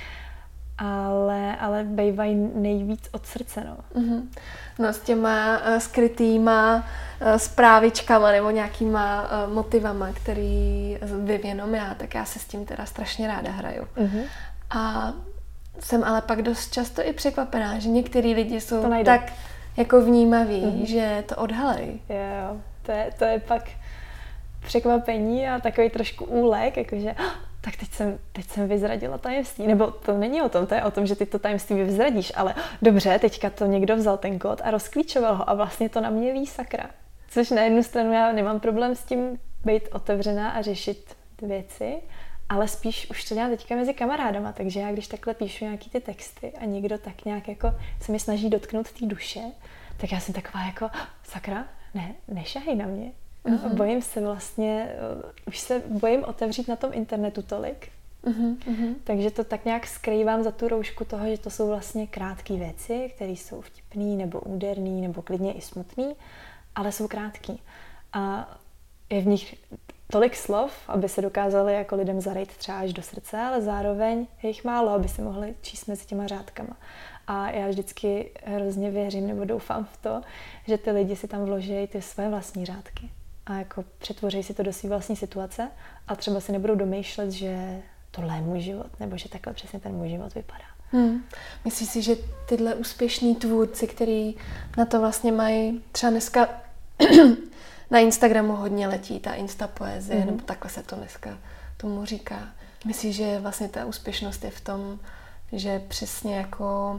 Ale bejvají nejvíc od srdce, no. No s těma skrytýma zprávičkama nebo nějakýma motivama, který vím jenom já, tak já se s tím teda strašně ráda hraju. A jsem ale pak dost často i překvapená, že některý lidi jsou tak jako vnímaví, že to odhalejí. Jo, to je pak překvapení a takový trošku úlek, jakože tak teď jsem vyzradila tajemství. Nebo to není o tom, to je o tom, že ty to tajemství vyzradíš, ale dobře, teďka to někdo vzal ten kód a rozklíčoval ho a vlastně to na mě ví, sakra. Což na jednu stranu já nemám problém s tím být otevřená a řešit věci, ale spíš už to dělám teďka mezi kamarádama, takže já když takhle píšu nějaký ty texty a někdo tak nějak jako se mi snaží dotknout té duše, tak já jsem taková jako, sakra, nešahej na mě. Bojím se vlastně, už se bojím otevřít na tom internetu tolik. Takže to tak nějak skrývám za tu roušku toho, že to jsou vlastně krátké věci, které jsou vtipný nebo úderný nebo klidně i smutný, ale jsou krátký. A je v nich tolik slov, aby se dokázali jako lidem zarejt třeba až do srdce, ale zároveň je jich málo, aby se mohli číst mezi těma řádkama. A já vždycky hrozně věřím nebo doufám v to, že ty lidi si tam vloží ty své vlastní řádky a jako přetvoří si to do své vlastní situace a třeba si nebudou domýšlet, že tohle je můj život, nebo že takhle přesně ten můj život vypadá. Myslíš si, že tyhle úspěšní tvůrci, který na to vlastně mají třeba dneska na Instagramu hodně letí ta instapoezie, nebo takhle se to dneska tomu říká. Myslíš, že vlastně ta úspěšnost je v tom, že přesně jako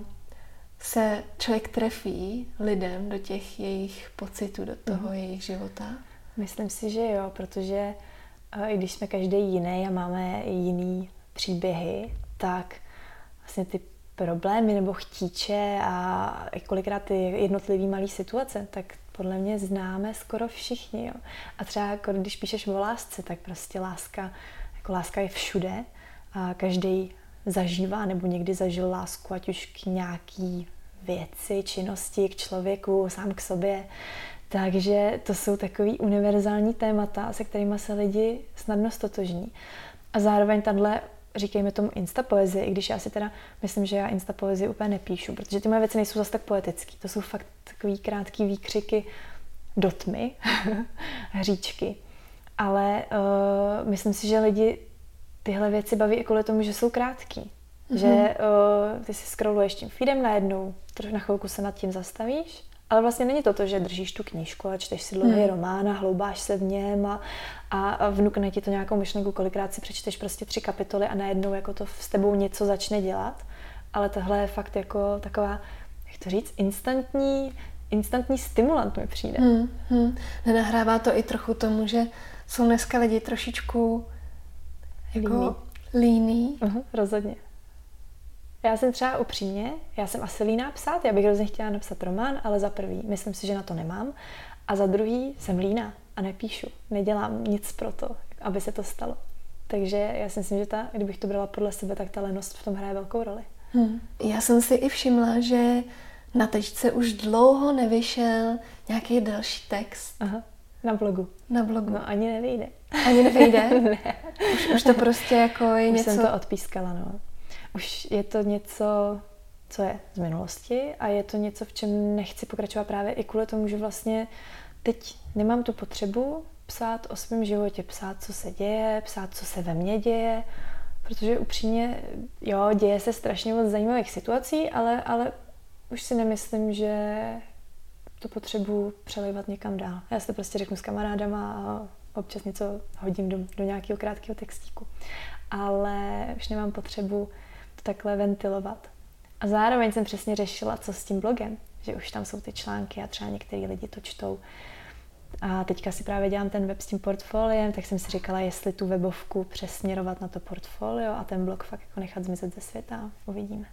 se člověk trefí lidem do těch jejich pocitů, do toho jejich života? Myslím si, že jo, protože i když jsme každý jiný a máme jiný příběhy, tak vlastně ty problémy nebo chtíče a kolikrát ty jednotlivý malý situace, tak podle mě známe skoro všichni. Jo. A třeba jako když píšeš o lásce, tak prostě láska je všude a každý zažívá nebo někdy zažil lásku, ať už k nějaký věci, činnosti, k člověku, sám k sobě. Takže to jsou takový univerzální témata, se kterými se lidi snadno stotožní. A zároveň tahle, říkejme tomu instapoezie, i když já si teda myslím, že já instapoezii úplně nepíšu, protože ty moje věci nejsou zase tak poetický. To jsou fakt takový krátký výkřiky do tmy, hříčky. Ale myslím si, že lidi tyhle věci baví i kvůli tomu, že jsou krátký. Že ty si scrolluješ tím feedem najednou, na chvilku se nad tím zastavíš, ale vlastně není to, že držíš tu knížku a čteš si dlouhý román a hloubáš se v něm a vnukne ti to nějakou myšlenku, kolikrát si přečteš prostě 3 kapitoly a najednou jako to s tebou něco začne dělat. Ale tohle je fakt jako taková, jak to říct, instantní stimulant mi přijde. Nenahrává to i trochu tomu, že jsou dneska lidi trošičku jako líní? Rozhodně. Já jsem třeba upřímně, já jsem asi líná psát, já bych hrozně chtěla napsat román, ale za prvý, myslím si, že na to nemám. A za druhý, jsem líná a nepíšu. Nedělám nic pro to, aby se to stalo. Takže já si myslím, že kdybych to brala podle sebe, tak ta lenost v tom hraje velkou roli. Já jsem si i všimla, že na Tečce už dlouho nevyšel nějaký další text. Na blogu. No ani nevyjde. Ani nevyjde? Ne. Už to prostě jako je už něco... jsem to odpískala, no. Už je to něco, co je z minulosti a je to něco, v čem nechci pokračovat právě i kvůli tomu, že vlastně teď nemám tu potřebu psát o svém životě, psát, co se děje, psát, co se ve mně děje, protože upřímně, jo, děje se strašně moc zajímavých situací, ale už si nemyslím, že tu potřebu přelejvat někam dál. Já si to prostě řeknu s kamarádama a občas něco hodím do nějakého krátkého textíku. Ale už nemám potřebu takhle ventilovat. A zároveň jsem přesně řešila, co s tím blogem, že už tam jsou ty články a třeba některý lidi to čtou. A teďka si právě dělám ten web s tím portfoliem, tak jsem si říkala, jestli tu webovku přesměrovat na to portfolio a ten blog fakt jako nechat zmizet ze světa. Uvidíme.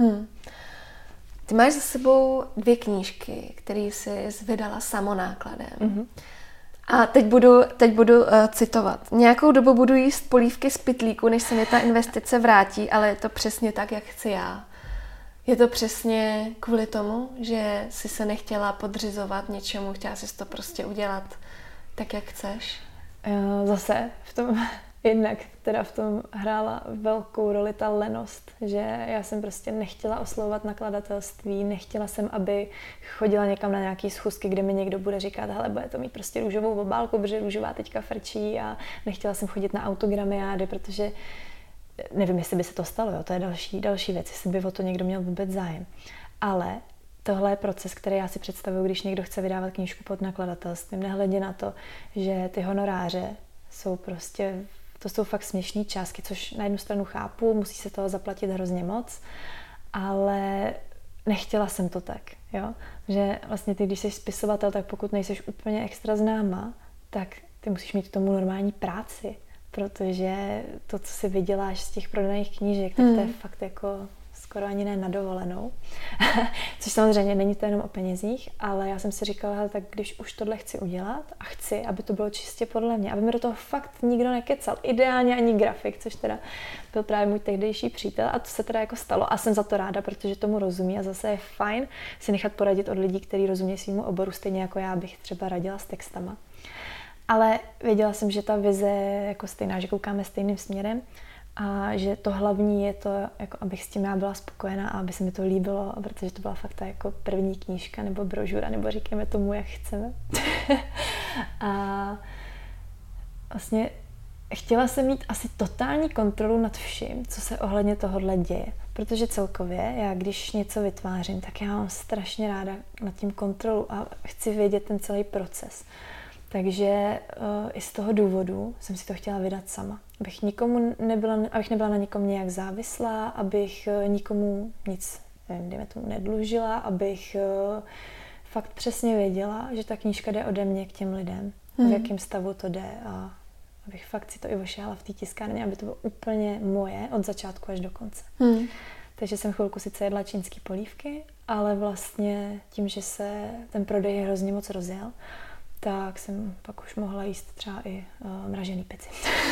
Ty máš za sebou 2 knížky, které jsi vydala samonákladem. Mm-hmm. A teď budu citovat. Nějakou dobu budu jíst polívky z pytlíku, než se mi ta investice vrátí, ale je to přesně tak, jak chci já. Je to přesně kvůli tomu, že jsi se nechtěla podřizovat něčemu, chtěla jsi to prostě udělat tak, jak chceš? Zase v tom jednak teda v tom hrála velkou roli ta lenost, že já jsem prostě nechtěla oslovovat nakladatelství, nechtěla jsem, aby chodila někam na nějaký schůzky, kde mi někdo bude říkat, hele, bude to mít prostě růžovou obálku, protože růžová teďka frčí, a nechtěla jsem chodit na autogramiády, protože nevím, jestli by se to stalo, jo, to je další věc, jestli by o to někdo měl vůbec zájem. Ale tohle je proces, který já si představuju, když někdo chce vydávat knížku pod nakladatelstvím, nehledě na to, že ty honoráře jsou prostě, to jsou fakt směšný částky, což na jednu stranu chápu, musí se toho zaplatit hrozně moc, ale nechtěla jsem to tak, jo, že vlastně ty, když jsi spisovatel, tak pokud nejseš úplně extra známá, tak ty musíš mít k tomu normální práci, protože to, co si vyděláš z těch prodaných knížek, tak to je fakt jako skoro ani ne na dovolenou. Což samozřejmě není to jenom o penězích, ale já jsem si říkala, tak když už tohle chci udělat a chci, aby to bylo čistě podle mě, aby mi do toho fakt nikdo nekecal, ideálně ani grafik, což teda byl právě můj tehdejší přítel, a to se teda jako stalo a jsem za to ráda, protože tomu rozumí a zase je fajn si nechat poradit od lidí, kteří rozumí svýmu oboru, stejně jako já bych třeba radila s textama. Ale věděla jsem, že ta vize je jako stejná, že koukáme stejným směrem a že to hlavní je to, jako abych s tím já byla spokojená a aby se mi to líbilo, protože to byla fakt ta jako první knížka nebo brožura, nebo říkáme tomu, jak chceme. A vlastně chtěla jsem mít asi totální kontrolu nad vším, co se ohledně tohohle děje. Protože celkově, já když něco vytvářím, tak já mám strašně ráda nad tím kontrolu a chci vědět ten celý proces. Takže i z toho důvodu jsem si to chtěla vydat sama. Abych nebyla na nikom nějak závislá, abych nikomu nic, dejme tomu, nedlužila, abych fakt přesně věděla, že ta knížka jde ode mě k těm lidem, v jakém stavu to jde, a abych fakt si to i ošála v té tiskárně, aby to bylo úplně moje od začátku až do konce. Takže jsem chvilku sice jedla čínský polívky, ale vlastně tím, že se ten prodej hrozně moc rozjel, tak jsem pak už mohla jíst třeba i mražený pici.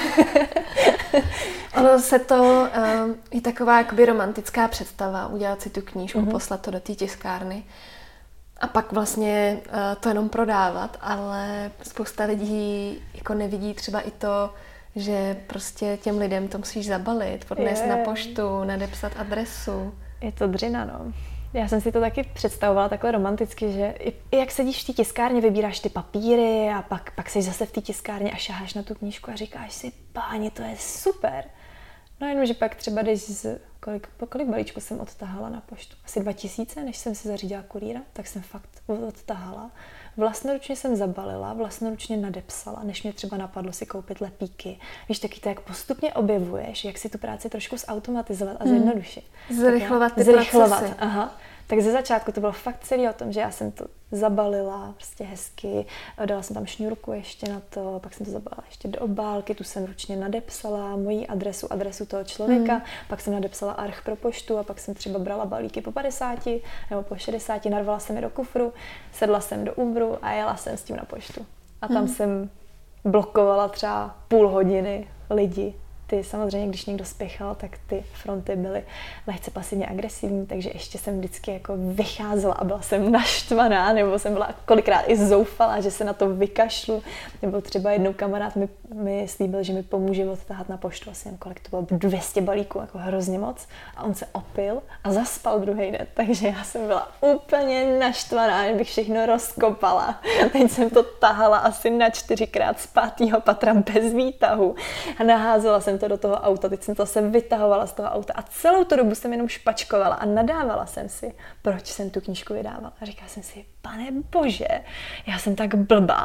Ono se to je taková jakoby romantická představa, udělat si tu knížku, poslat to do té tiskárny a pak vlastně to jenom prodávat, ale spousta lidí jako nevidí třeba i to, že prostě těm lidem to musíš zabalit, odnést na poštu, nadepsat adresu. Je to dřina, no. Já jsem si to taky představovala takhle romanticky, že i jak sedíš v té tiskárně, vybíráš ty papíry a pak jsi zase v té tiskárně a šaháš na tu knížku a říkáš si, páni, to je super. No jenom, že pak třeba kolik balíčků jsem odtahala na poštu? Asi 2000, než jsem si zařídila kurýra, tak jsem fakt odtahala. Vlastnoručně jsem zabalila, vlastnoručně nadepsala, než mě třeba napadlo si koupit lepíky. Víš, taky to, jak postupně objevuješ, jak si tu práci trošku zautomatizovat a zjednodušit. Zrychlovat ty procesy. Aha. Tak ze začátku to bylo fakt celý o tom, že já jsem to zabalila prostě hezky, dala jsem tam šňůrku ještě na to, pak jsem to zabalila ještě do obálky, tu jsem ručně nadepsala moji adresu toho člověka, pak jsem nadepsala arch pro poštu a pak jsem třeba brala balíky po 50 nebo po 60, narvala jsem je do kufru, sedla jsem do Uberu a jela jsem s tím na poštu. A tam jsem blokovala třeba půl hodiny lidi. Samozřejmě, když někdo spěchal, tak ty fronty byly lehce pasivně agresivní, takže ještě jsem vždycky jako vycházela a byla jsem naštvaná, nebo jsem byla kolikrát i zoufalá, že se na to vykašlu, nebo třeba jednou kamarád mi slíbil, že mi pomůže odtahat na poštu, asi nevím, kolik to bylo, 200 balíků, jako hrozně moc, a on se opil a zaspal druhý den, takže já jsem byla úplně naštvaná, že bych všechno rozkopala. Teď jsem to tahala asi na 4krát z 5. patra bez výtahu a naházela jsem to do toho auta. Teď jsem to se vytahovala z toho auta a celou tu dobu jsem jenom špačkovala a nadávala jsem si, proč jsem tu knížku vydávala. A říkala jsem si, pane bože, já jsem tak blbá.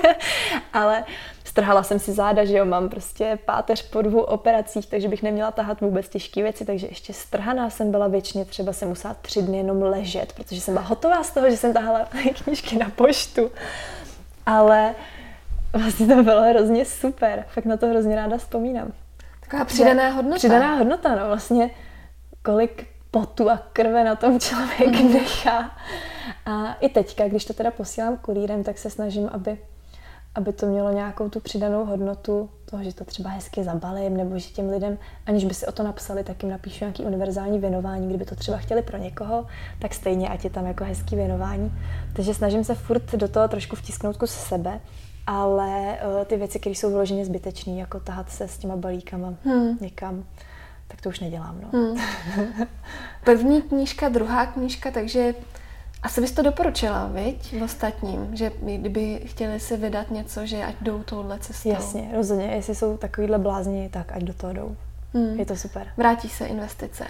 Ale strhala jsem si záda, že jo, mám prostě páteř po 2 operacích, takže bych neměla tahat vůbec těžké věci, takže ještě strhaná jsem byla věčně, třeba jsem musela 3 dny jenom ležet, protože jsem byla hotová z toho, že jsem tahala knížky na poštu. Ale vlastně to bylo hrozně super, fakt na to hrozně ráda vzpomínám. Taková přidaná hodnota. Přidaná hodnota, no vlastně kolik potu a krve na tom člověk nechá. A i teďka, když to teda posílám kurýrem, tak se snažím, aby to mělo nějakou tu přidanou hodnotu toho, že to třeba hezky zabalím, nebo že těm lidem, aniž by si o to napsali, tak jim napíšu nějaký univerzální věnování, kdyby to třeba chtěli pro někoho, tak stejně, ať je tam jako hezký věnování. Takže snažím se furt do toho trošku vtisknout kus sebe, ale ty věci, které jsou vyloženě zbytečné, jako tahat se s těma balíkama někam, tak to už nedělám. No. První knížka, druhá knížka, takže asi bys to doporučila, viď, ostatním, že kdyby chtěli si vydat něco, že ať jdou touhle cestou. Jasně, rozhodně, jestli jsou takovýhle blázni, tak ať do toho jdou. Je to super. Vrátí se investice.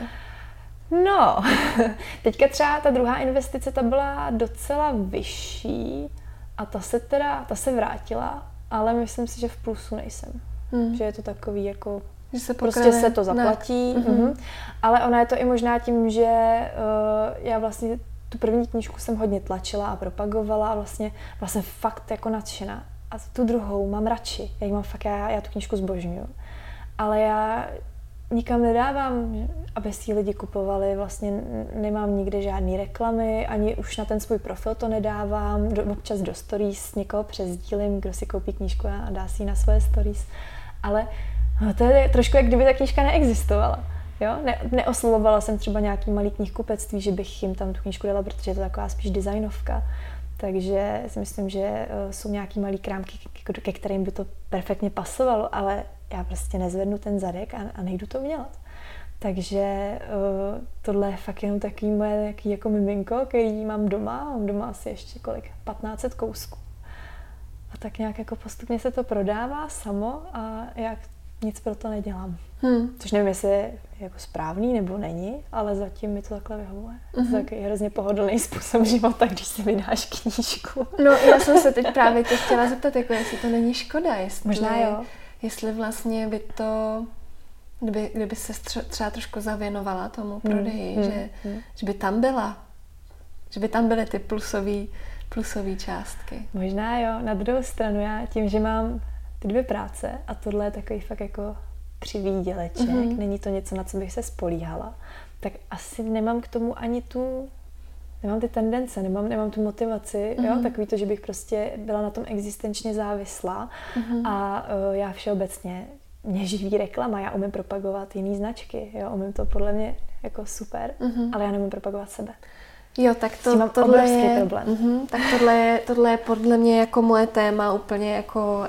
No, teďka třeba ta druhá investice, ta byla docela vyšší a ta se vrátila, ale myslím si, že v plusu nejsem. Že je to takový jako, že se prostě se to zaplatí, ale ona je to i možná tím, že já vlastně tu první knížku jsem hodně tlačila a propagovala a vlastně fakt jako nadšená. A tu druhou mám radši. Já ji mám fakt, já tu knížku zbožňuju. Ale já nikam nedávám, aby si ji lidi kupovali. Vlastně nemám nikde žádný reklamy, ani už na ten svůj profil to nedávám. Občas do stories někoho přesdílím, kdo si koupí knížku a dá si ji na svoje stories. Ale to je trošku, jak kdyby ta knížka neexistovala. Jo? Neoslovovala jsem třeba nějaký malý knihkupectví, že bych jim tam tu knížku dala, protože je to taková spíš designovka. Takže si myslím, že jsou nějaký malý krámky, ke kterým by to perfektně pasovalo, ale já prostě nezvednu ten zadek a nejdu to udělat. Takže tohle je fakt jenom takový moje jaký jako miminko, který mám doma. Mám doma asi ještě 1500 kousků. A tak nějak jako postupně se to prodává samo a jak nic pro to nedělám. Což nevím, jestli je jako správný nebo není, ale zatím mi to takhle vyhovuje. To je takový hrozně pohodlný způsob života, když si vydáš knížku. No, já jsem se teď právě tě chtěla zeptat, jako jestli to není škoda, možná jo. Jestli vlastně by to, kdyby se třeba trošku zavěnovala tomu prodeji, že by tam byla, že by tam byly ty plusové částky. Možná jo, na druhou stranu já tím, že mám ty 2 práce a tohle je takový fakt jako křivý děleček, není to něco, na co bych se spolíhala, tak asi nemám k tomu ani nemám ty tendence, nemám tu motivaci, jo, takový to, že bych prostě byla na tom existenčně závislá a já všeobecně, mě živí reklama, já umím propagovat jiný značky, jo, umím to podle mě jako super, ale já nemůžu propagovat sebe. Jo, tak tohle je problém. Tak tohle je podle mě jako moje téma úplně jako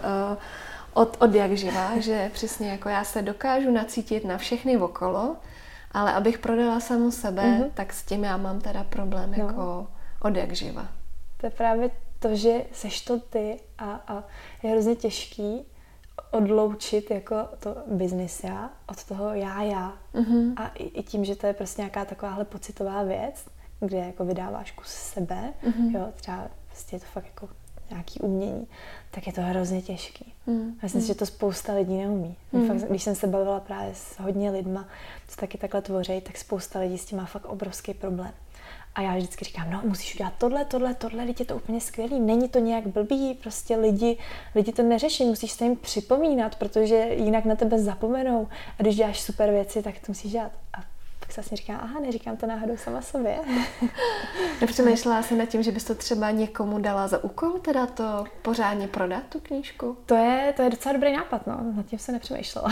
od jak živa, že přesně jako já se dokážu nacítit na všechny okolo, ale abych prodala samu sebe, tak s tím já mám teda problém jako od jak živa. To je právě to, že seš to ty a je hrozně těžký odloučit jako to business já od toho já. A i tím, že to je prostě nějaká takováhle pocitová věc, kde jako vydáváš kus sebe, jo, třeba prostě je to fakt jako nějaký umění, tak je to hrozně těžký. Myslím si, že to spousta lidí neumí. Fakt, když jsem se bavila právě s hodně lidma, co taky takhle tvoří, tak spousta lidí s tím má fakt obrovský problém. A já vždycky říkám, no musíš udělat tohle, lidi je to úplně skvělý, není to nějak blbý, prostě lidi to neřeší, musíš se jim připomínat, protože jinak na tebe zapomenou. A když děláš super věci, tak to musíš dělat. A pak se vlastně říkám, aha, neříkám to náhodou sama sobě. Nepřemýšlela jsi nad tím, že bys to třeba někomu dala za úkol, teda to pořádně prodat, tu knížku? To je docela dobrý nápad, no, nad tím se nepřemýšlela.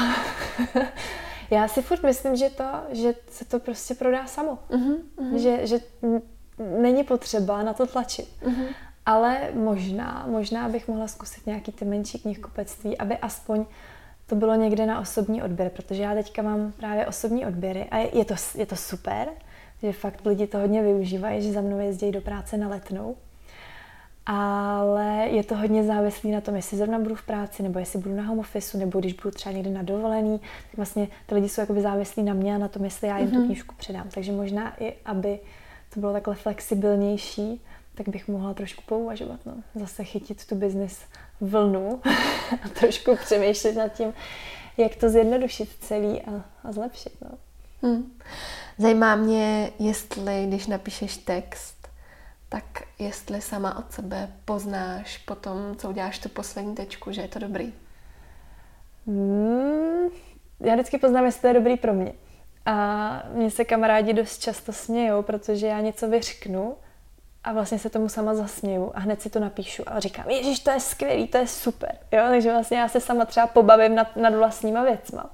Já si furt myslím, že se to prostě prodá samo. Že není potřeba na to tlačit. Ale možná bych mohla zkusit nějaký ty menší knihkupectví, aby aspoň to bylo někde na osobní odběr, protože já teďka mám právě osobní odběry a je to super, že fakt lidi to hodně využívají, že za mnou jezdí do práce na Letnou. ale je to hodně závislý na tom, jestli zrovna budu v práci, nebo jestli budu na home office, nebo když budu třeba někde na dovolený, tak vlastně ty lidi jsou jakoby závislí na mě a na tom, jestli já jim tu knížku předám. Takže možná i, aby to bylo takhle flexibilnější, tak bych mohla trošku pouvažovat, no. Zase chytit tu business vlnu a trošku přemýšlet nad tím, jak to zjednodušit celý a zlepšit, no. Zajímá mě, jestli, když napíšeš text, tak jestli sama od sebe poznáš potom, co uděláš tu poslední tečku, že je to dobrý. Já vždycky poznám, jestli to je dobrý pro mě. A mě se kamarádi dost často smějou, protože já něco vyřknu a vlastně se tomu sama zasměju a hned si to napíšu a říkám, ježiš, to je skvělý, to je super. Jo? Takže vlastně já se sama třeba pobavím nad vlastníma věcma.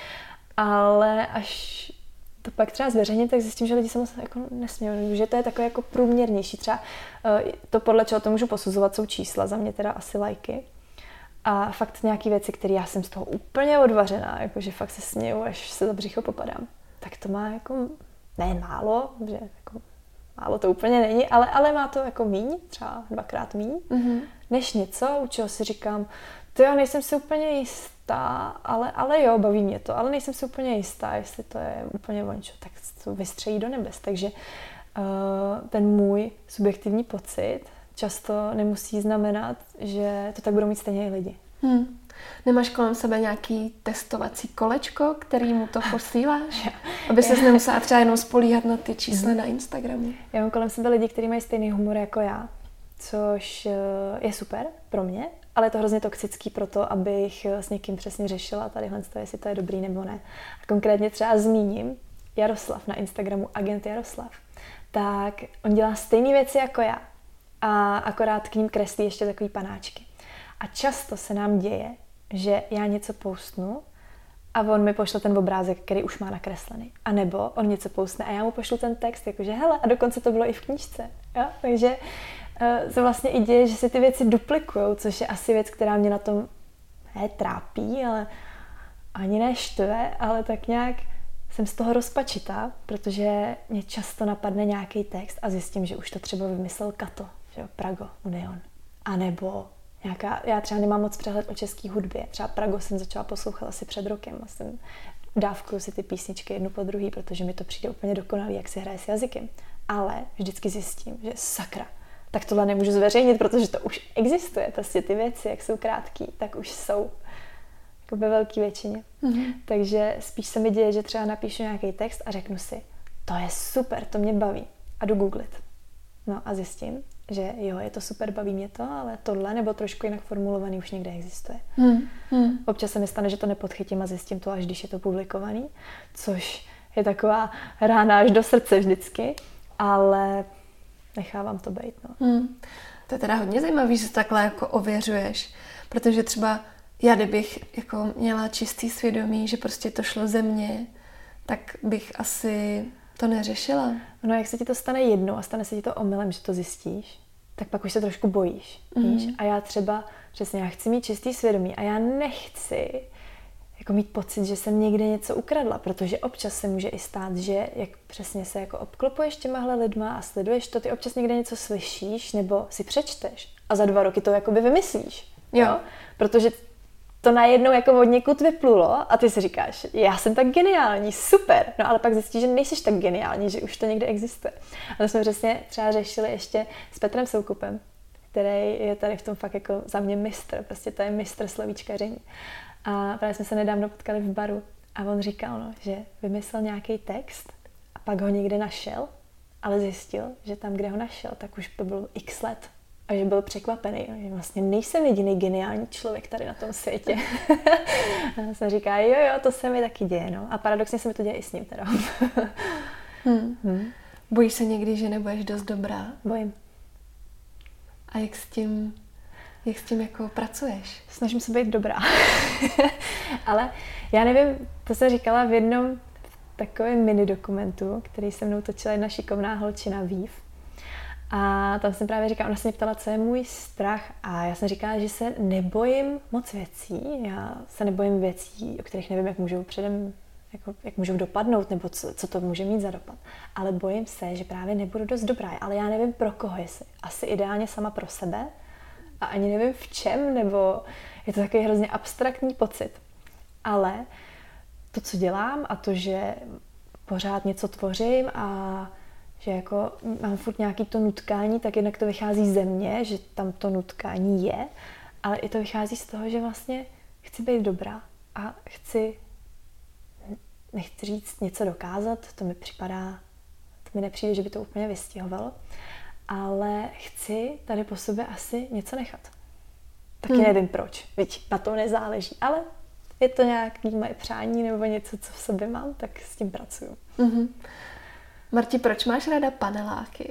Ale až to pak třeba zveřejním, tak zjistím, že lidi se moc jako nesmějí, že to je takové jako průměrnější. Třeba to podle čeho to můžu posuzovat, jsou čísla, za mě teda asi lajky. A fakt nějaké věci, které já jsem z toho úplně odvařená, jakože fakt se směju, až se za břicho popadám. Tak to má jako, ne málo, že jako málo to úplně není, ale má to jako míň, třeba 2x míň, než něco, u čeho si říkám, to já nejsem si úplně jistá, ale jo, baví mě to, ale nejsem si úplně jistá, jestli to je úplně vončo, tak to vystřelí do nebes. Takže ten můj subjektivní pocit často nemusí znamenat, že to tak budou mít stejně i lidi. Nemáš kolem sebe nějaký testovací kolečko, který mu to posíláš? Aby ses nemusela třeba jenom spolíhat na ty čísla na Instagramu. Já mám kolem sebe lidi, kteří mají stejný humor jako já, což je super pro mě, ale je to hrozně toxický pro to, abych s někým přesně řešila tadyhle, jestli to je dobrý nebo ne. A konkrétně třeba zmíním Jaroslav na Instagramu, agent Jaroslav. Tak on dělá stejné věci jako já a akorát k ním kreslí ještě takový panáčky. A často se nám děje, že já něco postnu a on mi pošle ten obrázek, který už má nakreslený. A nebo on něco postne a já mu pošlu ten text, jakože hele, a dokonce to bylo i v knížce. Jo? Takže se vlastně i děje, že se ty věci duplikujou, což je asi věc, která mě na tom trápí, ale ani ne štve, ale tak nějak jsem z toho rozpačitá, protože mě často napadne nějaký text a zjistím, že už to třeba vymyslel Kato, že jo, Prago, Union. A nebo já třeba nemám moc přehled o české hudbě. Třeba Prago jsem začala poslouchat asi před rokem a jsem dávkuju si ty písničky jednu po druhý, protože mi to přijde úplně dokonalý, jak si hraje s jazykem. Ale vždycky zjistím, že sakra, tak tohle nemůžu zveřejnit, protože to už existuje. Prostě ty věci, jak jsou krátký, tak už jsou jako ve velké většině. Takže spíš se mi děje, že třeba napíšu nějaký text a řeknu si, to je super, to mě baví. A jdu googlit. No a zjistím, že jo, je to super, baví mě to, ale tohle nebo trošku jinak formulovaný už někde existuje. Občas se mi stane, že to nepodchytím a zjistím to, až když je to publikovaný, což je taková rána až do srdce vždycky, ale nechávám to být. No. To je teda hodně zajímavý, že to takhle jako ověřuješ, protože třeba já, kdybych jako měla čistý svědomí, že prostě to šlo ze mě, tak bych asi to neřešila. No, jak se ti to stane jednou a stane se ti to omylem, že to zjistíš, tak pak už se trošku bojíš. Víš? A já třeba, přesně, já chci mít čistý svědomí a já nechci jako mít pocit, že jsem někde něco ukradla, protože občas se může i stát, že jak přesně se jako obklopuješ těmahle lidma a sleduješ to, ty občas někde něco slyšíš nebo si přečteš a za 2 roky to jakoby vymyslíš. Jo? Protože to najednou jako od někud vyplulo a ty si říkáš, já jsem tak geniální, super, no ale pak zjistíš, že nejsiš tak geniální, že už to někde existuje. A to jsme přesně třeba řešili ještě s Petrem Soukupem, který je tady v tom fakt jako za mě mistr, prostě to je mistr slovíčkaření. A právě jsme se nedávno potkali v baru a on říkal, no, že vymyslel nějaký text a pak ho někde našel, ale zjistil, že tam, kde ho našel, tak už to bylo x let. A že byl překvapený, že vlastně nejsem jediný geniální člověk tady na tom světě. A jsem říká, jo, to se mi taky děje, no. A paradoxně se mi to děje i s ním teda. Bojíš se někdy, že nebudeš dost dobrá? Bojím. A jak s tím jako pracuješ? Snažím se být dobrá. Ale já nevím, to jsem říkala v jednom takovém mini dokumentu, který se mnou točila jedna šikovná holčina Vív. A tam jsem právě říkala, ona se mě ptala, co je můj strach a já jsem říkala, že se nebojím moc věcí. Já se nebojím věcí, o kterých nevím, jak můžu předem jako, jak můžou dopadnout, nebo co to může mít za dopad. Ale bojím se, že právě nebudu dost dobrá, ale já nevím pro koho, jestli asi ideálně sama pro sebe a ani nevím v čem, nebo je to takový hrozně abstraktní pocit. Ale to, co dělám a to, že pořád něco tvořím a že jako mám furt nějaký to nutkání, tak jednak to vychází ze mě, že tam to nutkání je, ale i to vychází z toho, že vlastně chci být dobrá a nechci říct něco dokázat, to mi nepřijde, že by to úplně vystihovalo, ale chci tady po sobě asi něco nechat. Taky nevím proč, byť na to nezáleží, ale je to nějaké moje přání nebo něco, co v sobě mám, tak s tím pracuju. Mm-hmm. Marti, proč máš ráda paneláky?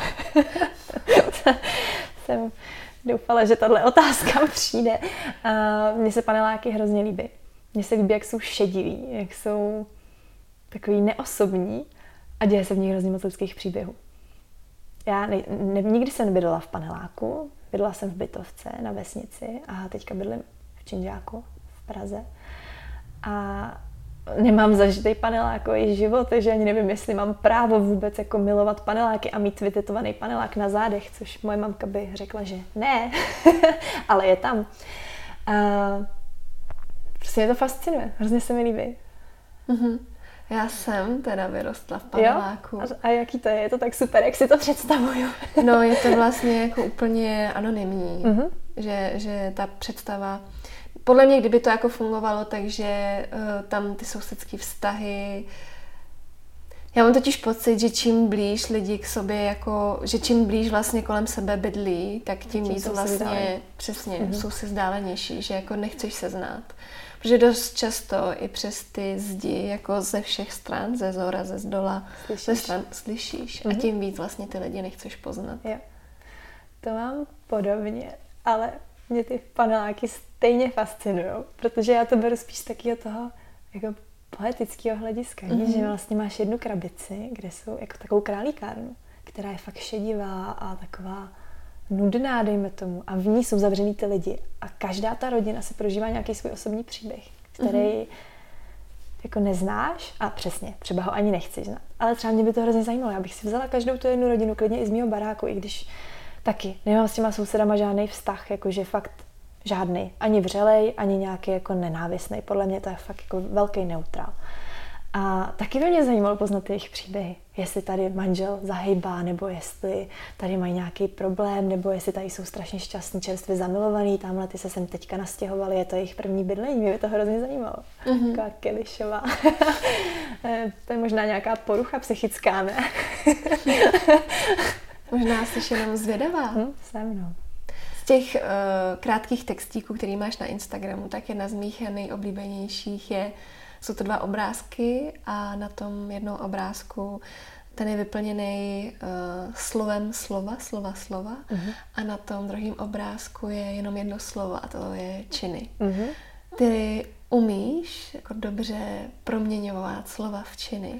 Jsem doufala, že tahle otázka přijde. Mně se paneláky hrozně líbí. Mně se líbí, jak jsou šediví, jak jsou takový neosobní a děje se v nich hrozně moc lidských příběhů. Já nikdy jsem nebydlela v paneláku, bydlela jsem v bytovce na vesnici a teďka bydlím v Činžáku v Praze. A nemám zažitý panelákový život, takže ani nevím, jestli mám právo vůbec jako milovat paneláky a mít vytetovaný panelák na zádech, což moje mamka by řekla, že ne, ale je tam. Prostě mě to fascinuje, hrozně se mi líbí. Mm-hmm. Já jsem teda vyrostla v paneláku. Jo? A jaký to je? Je to tak super, jak si to představuju? No, je to vlastně jako úplně anonymní, že ta představa. Podle mě, kdyby to jako fungovalo, takže tam ty sousedské vztahy. Já mám totiž pocit, že čím blíž lidi k sobě, jako, že čím blíž vlastně kolem sebe bydlí, tak tím víc vlastně přesně jsou si vzdálenější, že jako nechceš se znát. Protože dost často i přes ty zdi, jako ze všech stran, ze zhora, ze zdola, ze stran slyšíš. A tím víc vlastně ty lidi nechceš poznat. Jo. To mám podobně, ale mě ty paneláky stejně fascinují, protože já to beru spíš z takového toho jako poetického hlediska, že vlastně máš jednu krabici, kde jsou jako takovou králíkárnu, která je fakt šedivá a taková nudná, dejme tomu, a v ní jsou zavřený ty lidi a každá ta rodina si prožívá nějaký svůj osobní příběh, který jako neznáš a přesně, třeba ho ani nechceš znát, ale třeba mě by to hrozně zajímalo, já bych si vzala každou tu jednu rodinu, klidně i z mého baráku, i když taky nemám s těma sousedama žádný vztah, jakože fakt žádný, ani vřelej, ani nějaký jako nenávistný. Podle mě to je fakt jako velký neutrál. A taky by mě zajímalo poznat jejich příběhy. Jestli tady manžel zahejbá, nebo jestli tady mají nějaký problém, nebo jestli tady jsou strašně šťastní, čerstvě zamilovaní, tamhle ty se sem teďka nastěhovali, je to jejich první bydlení, mě by to hrozně zajímalo. Taková Kelišová. To je možná nějaká porucha psychická, ne? Možná jsi jenom zvědavá. Jsem, no. Z těch krátkých textíků, který máš na Instagramu, tak jedna z mých nejoblíbenějších jsou to 2 obrázky a na tom jednom obrázku ten je vyplněný slovem slova a na tom druhém obrázku je jenom jedno slovo a to je činy. Ty umíš jako dobře proměňovat slova v činy?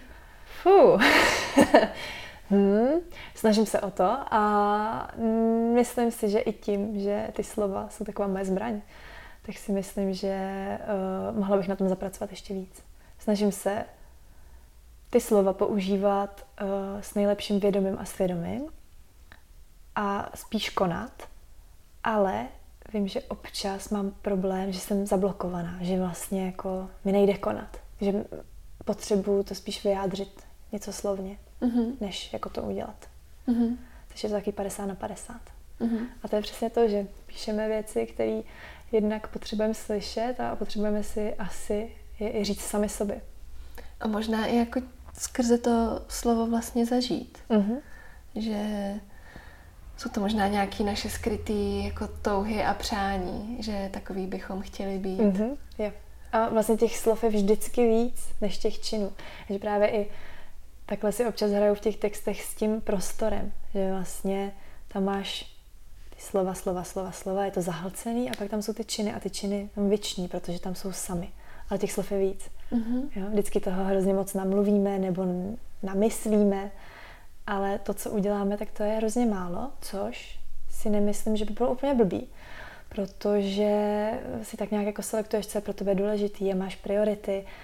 Snažím se o to a myslím si, že i tím, že ty slova jsou taková moje zbraň, tak si myslím, že mohla bych na tom zapracovat ještě víc. Snažím se ty slova používat s nejlepším vědomím a svědomím a spíš konat, ale vím, že občas mám problém, že jsem zablokovaná, že vlastně jako mi nejde konat, že potřebuju to spíš vyjádřit něco slovně, než jako to udělat. Takže je to taky 50/50. A to je přesně to, že píšeme věci, které jednak potřebujeme slyšet a potřebujeme si asi je i říct sami sobě. A možná i jako skrze to slovo vlastně zažít. Že jsou to možná nějaké naše skrytý jako touhy a přání, že takový bychom chtěli být. Jo. A vlastně těch slov je vždycky víc než těch činů. Že právě i takhle si občas hraju v těch textech s tím prostorem, že vlastně tam máš ty slova, je to zahlcený a pak tam jsou ty činy a ty činy tam věční, protože tam jsou sami. Ale těch slov je víc. Jo? Vždycky toho hrozně moc namluvíme nebo namyslíme, ale to, co uděláme, tak to je hrozně málo, což si nemyslím, že by bylo úplně blbý. Protože si tak nějak jako selektuješ, co je pro tebe důležitý a máš priority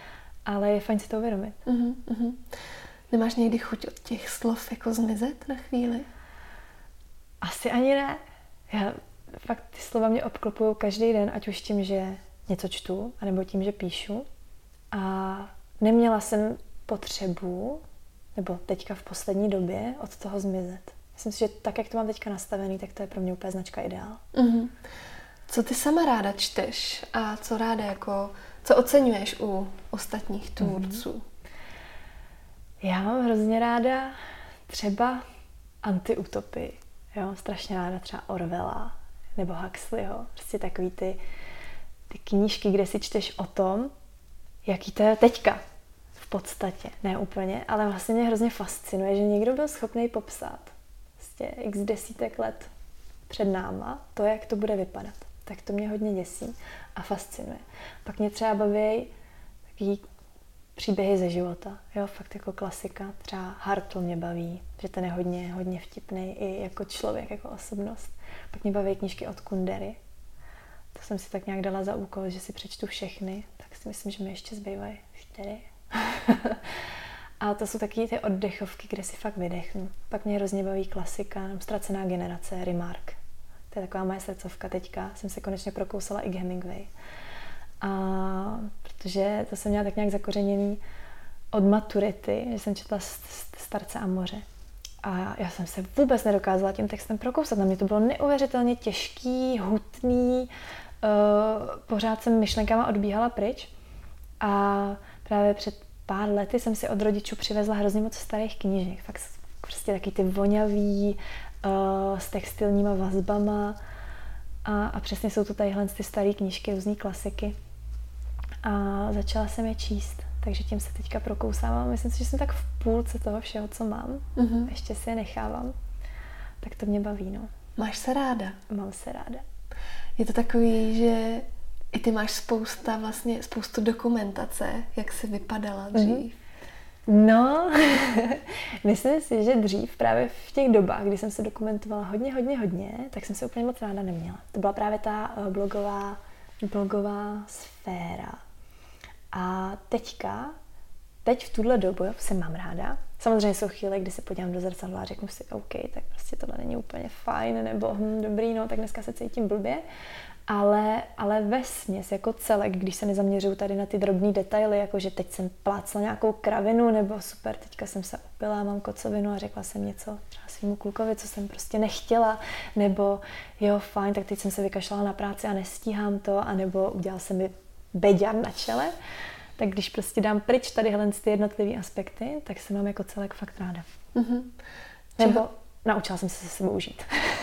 ale je fajn si to uvědomit. Nemáš někdy chuť od těch slov jako zmizet na chvíli? Asi ani ne. Já fakt ty slova mě obklopují každý den, ať už tím, že něco čtu, anebo tím, že píšu. A neměla jsem potřebu, nebo teďka v poslední době, od toho zmizet. Myslím si, že tak, jak to mám teďka nastavený, tak to je pro mě úplně značka ideál. Co ty sama ráda čteš a co ráda jako, co oceňuješ u ostatních tvůrců? Já mám hrozně ráda třeba antiutopii. Jo, strašně ráda třeba Orwella nebo Huxleyho. Prostě takový ty knížky, kde si čteš o tom, jaký to je teďka v podstatě. Ne úplně, ale vlastně mě hrozně fascinuje, že někdo byl schopný popsat prostě x desítek let před náma to, jak to bude vypadat. Tak to mě hodně děsí a fascinuje. Pak mě třeba baví takový příběhy ze života. Jo, fakt jako klasika. Třeba Hartl mě baví, že ten je hodně vtipný i jako člověk, jako osobnost. Pak mě baví knížky od Kundery. To jsem si tak nějak dala za úkol, že si přečtu všechny. Tak si myslím, že mi ještě zbývají 4. A to jsou taky ty oddechovky, kde si fakt vydechnu. Pak mě hrozně baví klasika, Ztracená generace, Remarque. To je taková moje srdcovka teďka. Jsem se konečně prokousala i k Hemingway. A protože to jsem měla tak nějak zakořeněný od maturity, že jsem četla Starce a moře. A já jsem se vůbec nedokázala tím textem prokousat. Na mě to bylo neuvěřitelně těžký, hutný, pořád jsem myšlenkama odbíhala pryč. A právě před pár lety jsem si od rodičů přivezla hrozně moc starých knížek. Fakt prostě taky ty vonavý, s textilníma vazbama. A přesně jsou to tadyhle ty staré knížky, různý klasiky. A začala jsem je číst, takže tím se teďka prokousávám. Myslím si, že jsem tak v půlce toho všeho, co mám. Ještě si je nechávám. Tak to mě baví, no. Máš se ráda? Mám se ráda. Je to takový, že i ty máš spoustu dokumentace, jak jsi vypadala dřív. No, myslím si, že dřív právě v těch dobách, kdy jsem se dokumentovala hodně, tak jsem se úplně moc ráda neměla. To byla právě ta blogová sféra. A teď v tuhle dobu se mám ráda. Samozřejmě jsou chvíle, kdy se podívám do zrcadla a řeknu si, OK, tak prostě tohle není úplně fajn, nebo dobrý, no, tak dneska se cítím blbě. Ale vesměs jako celek, když se nezaměřuju tady na ty drobné detaily, jako že teď jsem plácla nějakou kravinu, nebo super, teďka jsem se opila, mám kocovinu a řekla jsem něco třeba svýmu klukovi, co jsem prostě nechtěla, nebo jo, fajn, tak teď jsem se vykašlala na práci a nestíhám to, anebo udělal jsem mi beďar na čele, tak když prostě dám pryč tadyhle ty jednotlivé aspekty, tak se mám jako celek fakt ráda. Nebo naučila jsem se sebou užít.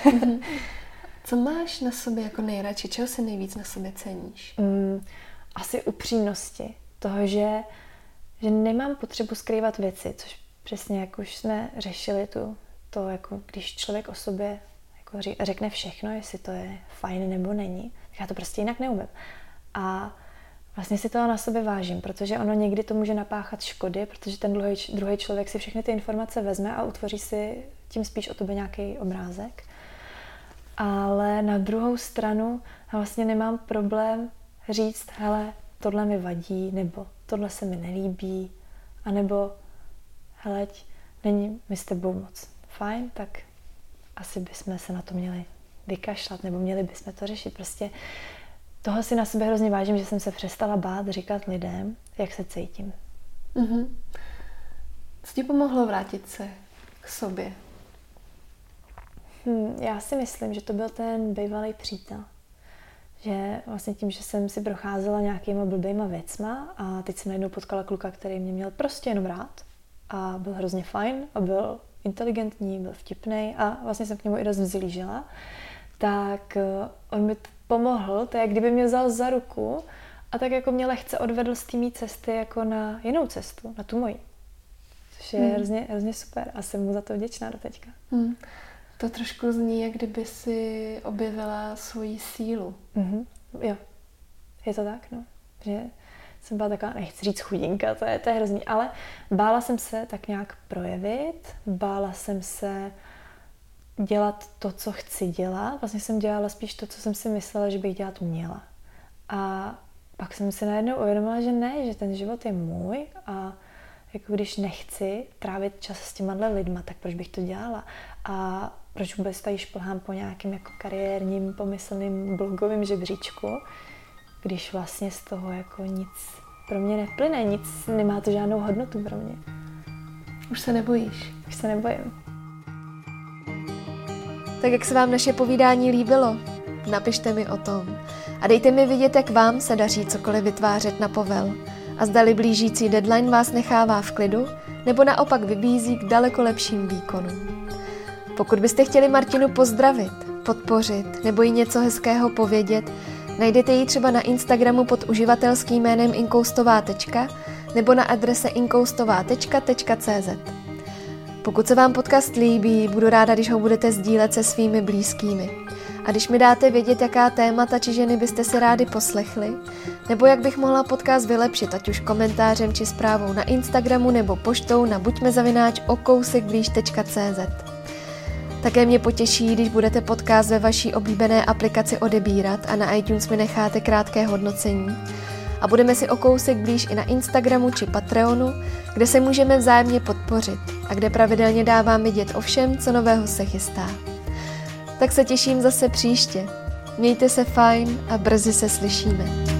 Co máš na sobě jako nejradši? Čeho si nejvíc na sobě ceníš? Asi upřímnosti. Toho, že nemám potřebu skrývat věci, což přesně jak už jsme řešili to jako když člověk o sobě jako řekne všechno, jestli to je fajn nebo není, tak já to prostě jinak neumím. A vlastně si toho na sobě vážím, protože ono někdy to může napáchat škody, protože ten druhý člověk si všechny ty informace vezme a utvoří si tím spíš o tobě nějaký obrázek. Ale na druhou stranu vlastně nemám problém říct, hele, tohle mi vadí, nebo tohle se mi nelíbí, anebo heleď, není mi s tebou moc fajn, tak asi bychom se na to měli vykašlat, nebo měli bychom to řešit. Prostě toho si na sebe hrozně vážím, že jsem se přestala bát říkat lidem, jak se cítím. Co ti pomohlo vrátit se k sobě? Já si myslím, že to byl ten bývalý přítel. Že vlastně tím, že jsem si procházela nějakýma blbýma věcma a teď jsem najednou potkala kluka, který mě měl prostě jenom rád a byl hrozně fajn a byl inteligentní, byl vtipnej a vlastně jsem k němu i dost vzlížela, tak on mi pomohl, to je jak kdyby mě vzal za ruku a tak jako mě lehce odvedl z té mý cesty jako na jinou cestu, na tu moji. Což je hrozně super a jsem mu za to vděčná do teďka. To trošku zní, jak kdyby si objevila svoji sílu. Jo, je to tak, no. Že jsem byla taková, nechci říct chudinka, to je hrozný, ale bála jsem se tak nějak projevit, bála jsem se dělat to, co chci dělat. Vlastně jsem dělala spíš to, co jsem si myslela, že bych dělat měla. A Pak jsem si najednou uvědomila, že ne, že ten život je můj a jako když nechci trávit čas s těma lidma, tak proč bych to dělala? A proč vůbec tady šplhám po nějakým jako kariérním, pomyslným blogovým žebříčku, když vlastně z toho jako nic pro mě neplyne, nic, nemá to žádnou hodnotu pro mě. Už se nebojíš? Už se nebojím. Tak jak se vám naše povídání líbilo? Napište mi o tom. A dejte mi vědět, jak vám se daří cokoliv vytvářet na povel. A zdali blížící deadline vás nechává v klidu, nebo naopak vybízí k daleko lepším výkonům. Pokud byste chtěli Martinu pozdravit, podpořit nebo jí něco hezkého povědět, najdete ji třeba na Instagramu pod uživatelským jménem inkoustová. Nebo na adrese inkoustová.cz. Pokud se vám podcast líbí, budu ráda, když ho budete sdílet se svými blízkými. A když mi dáte vědět, jaká témata či ženy byste si rádi poslechli, nebo jak bych mohla podcast vylepšit, ať už komentářem či zprávou na Instagramu nebo poštou na buďmezavinač@okousekblíž.cz. Také mě potěší, když budete podcast ve vaší oblíbené aplikaci odebírat a na iTunes mi necháte krátké hodnocení. A budeme si o kousek blíž i na Instagramu či Patreonu, kde se můžeme vzájemně podpořit a kde pravidelně dávám vědět o všem, co nového se chystá. Tak se těším zase příště. Mějte se fajn a brzy se slyšíme.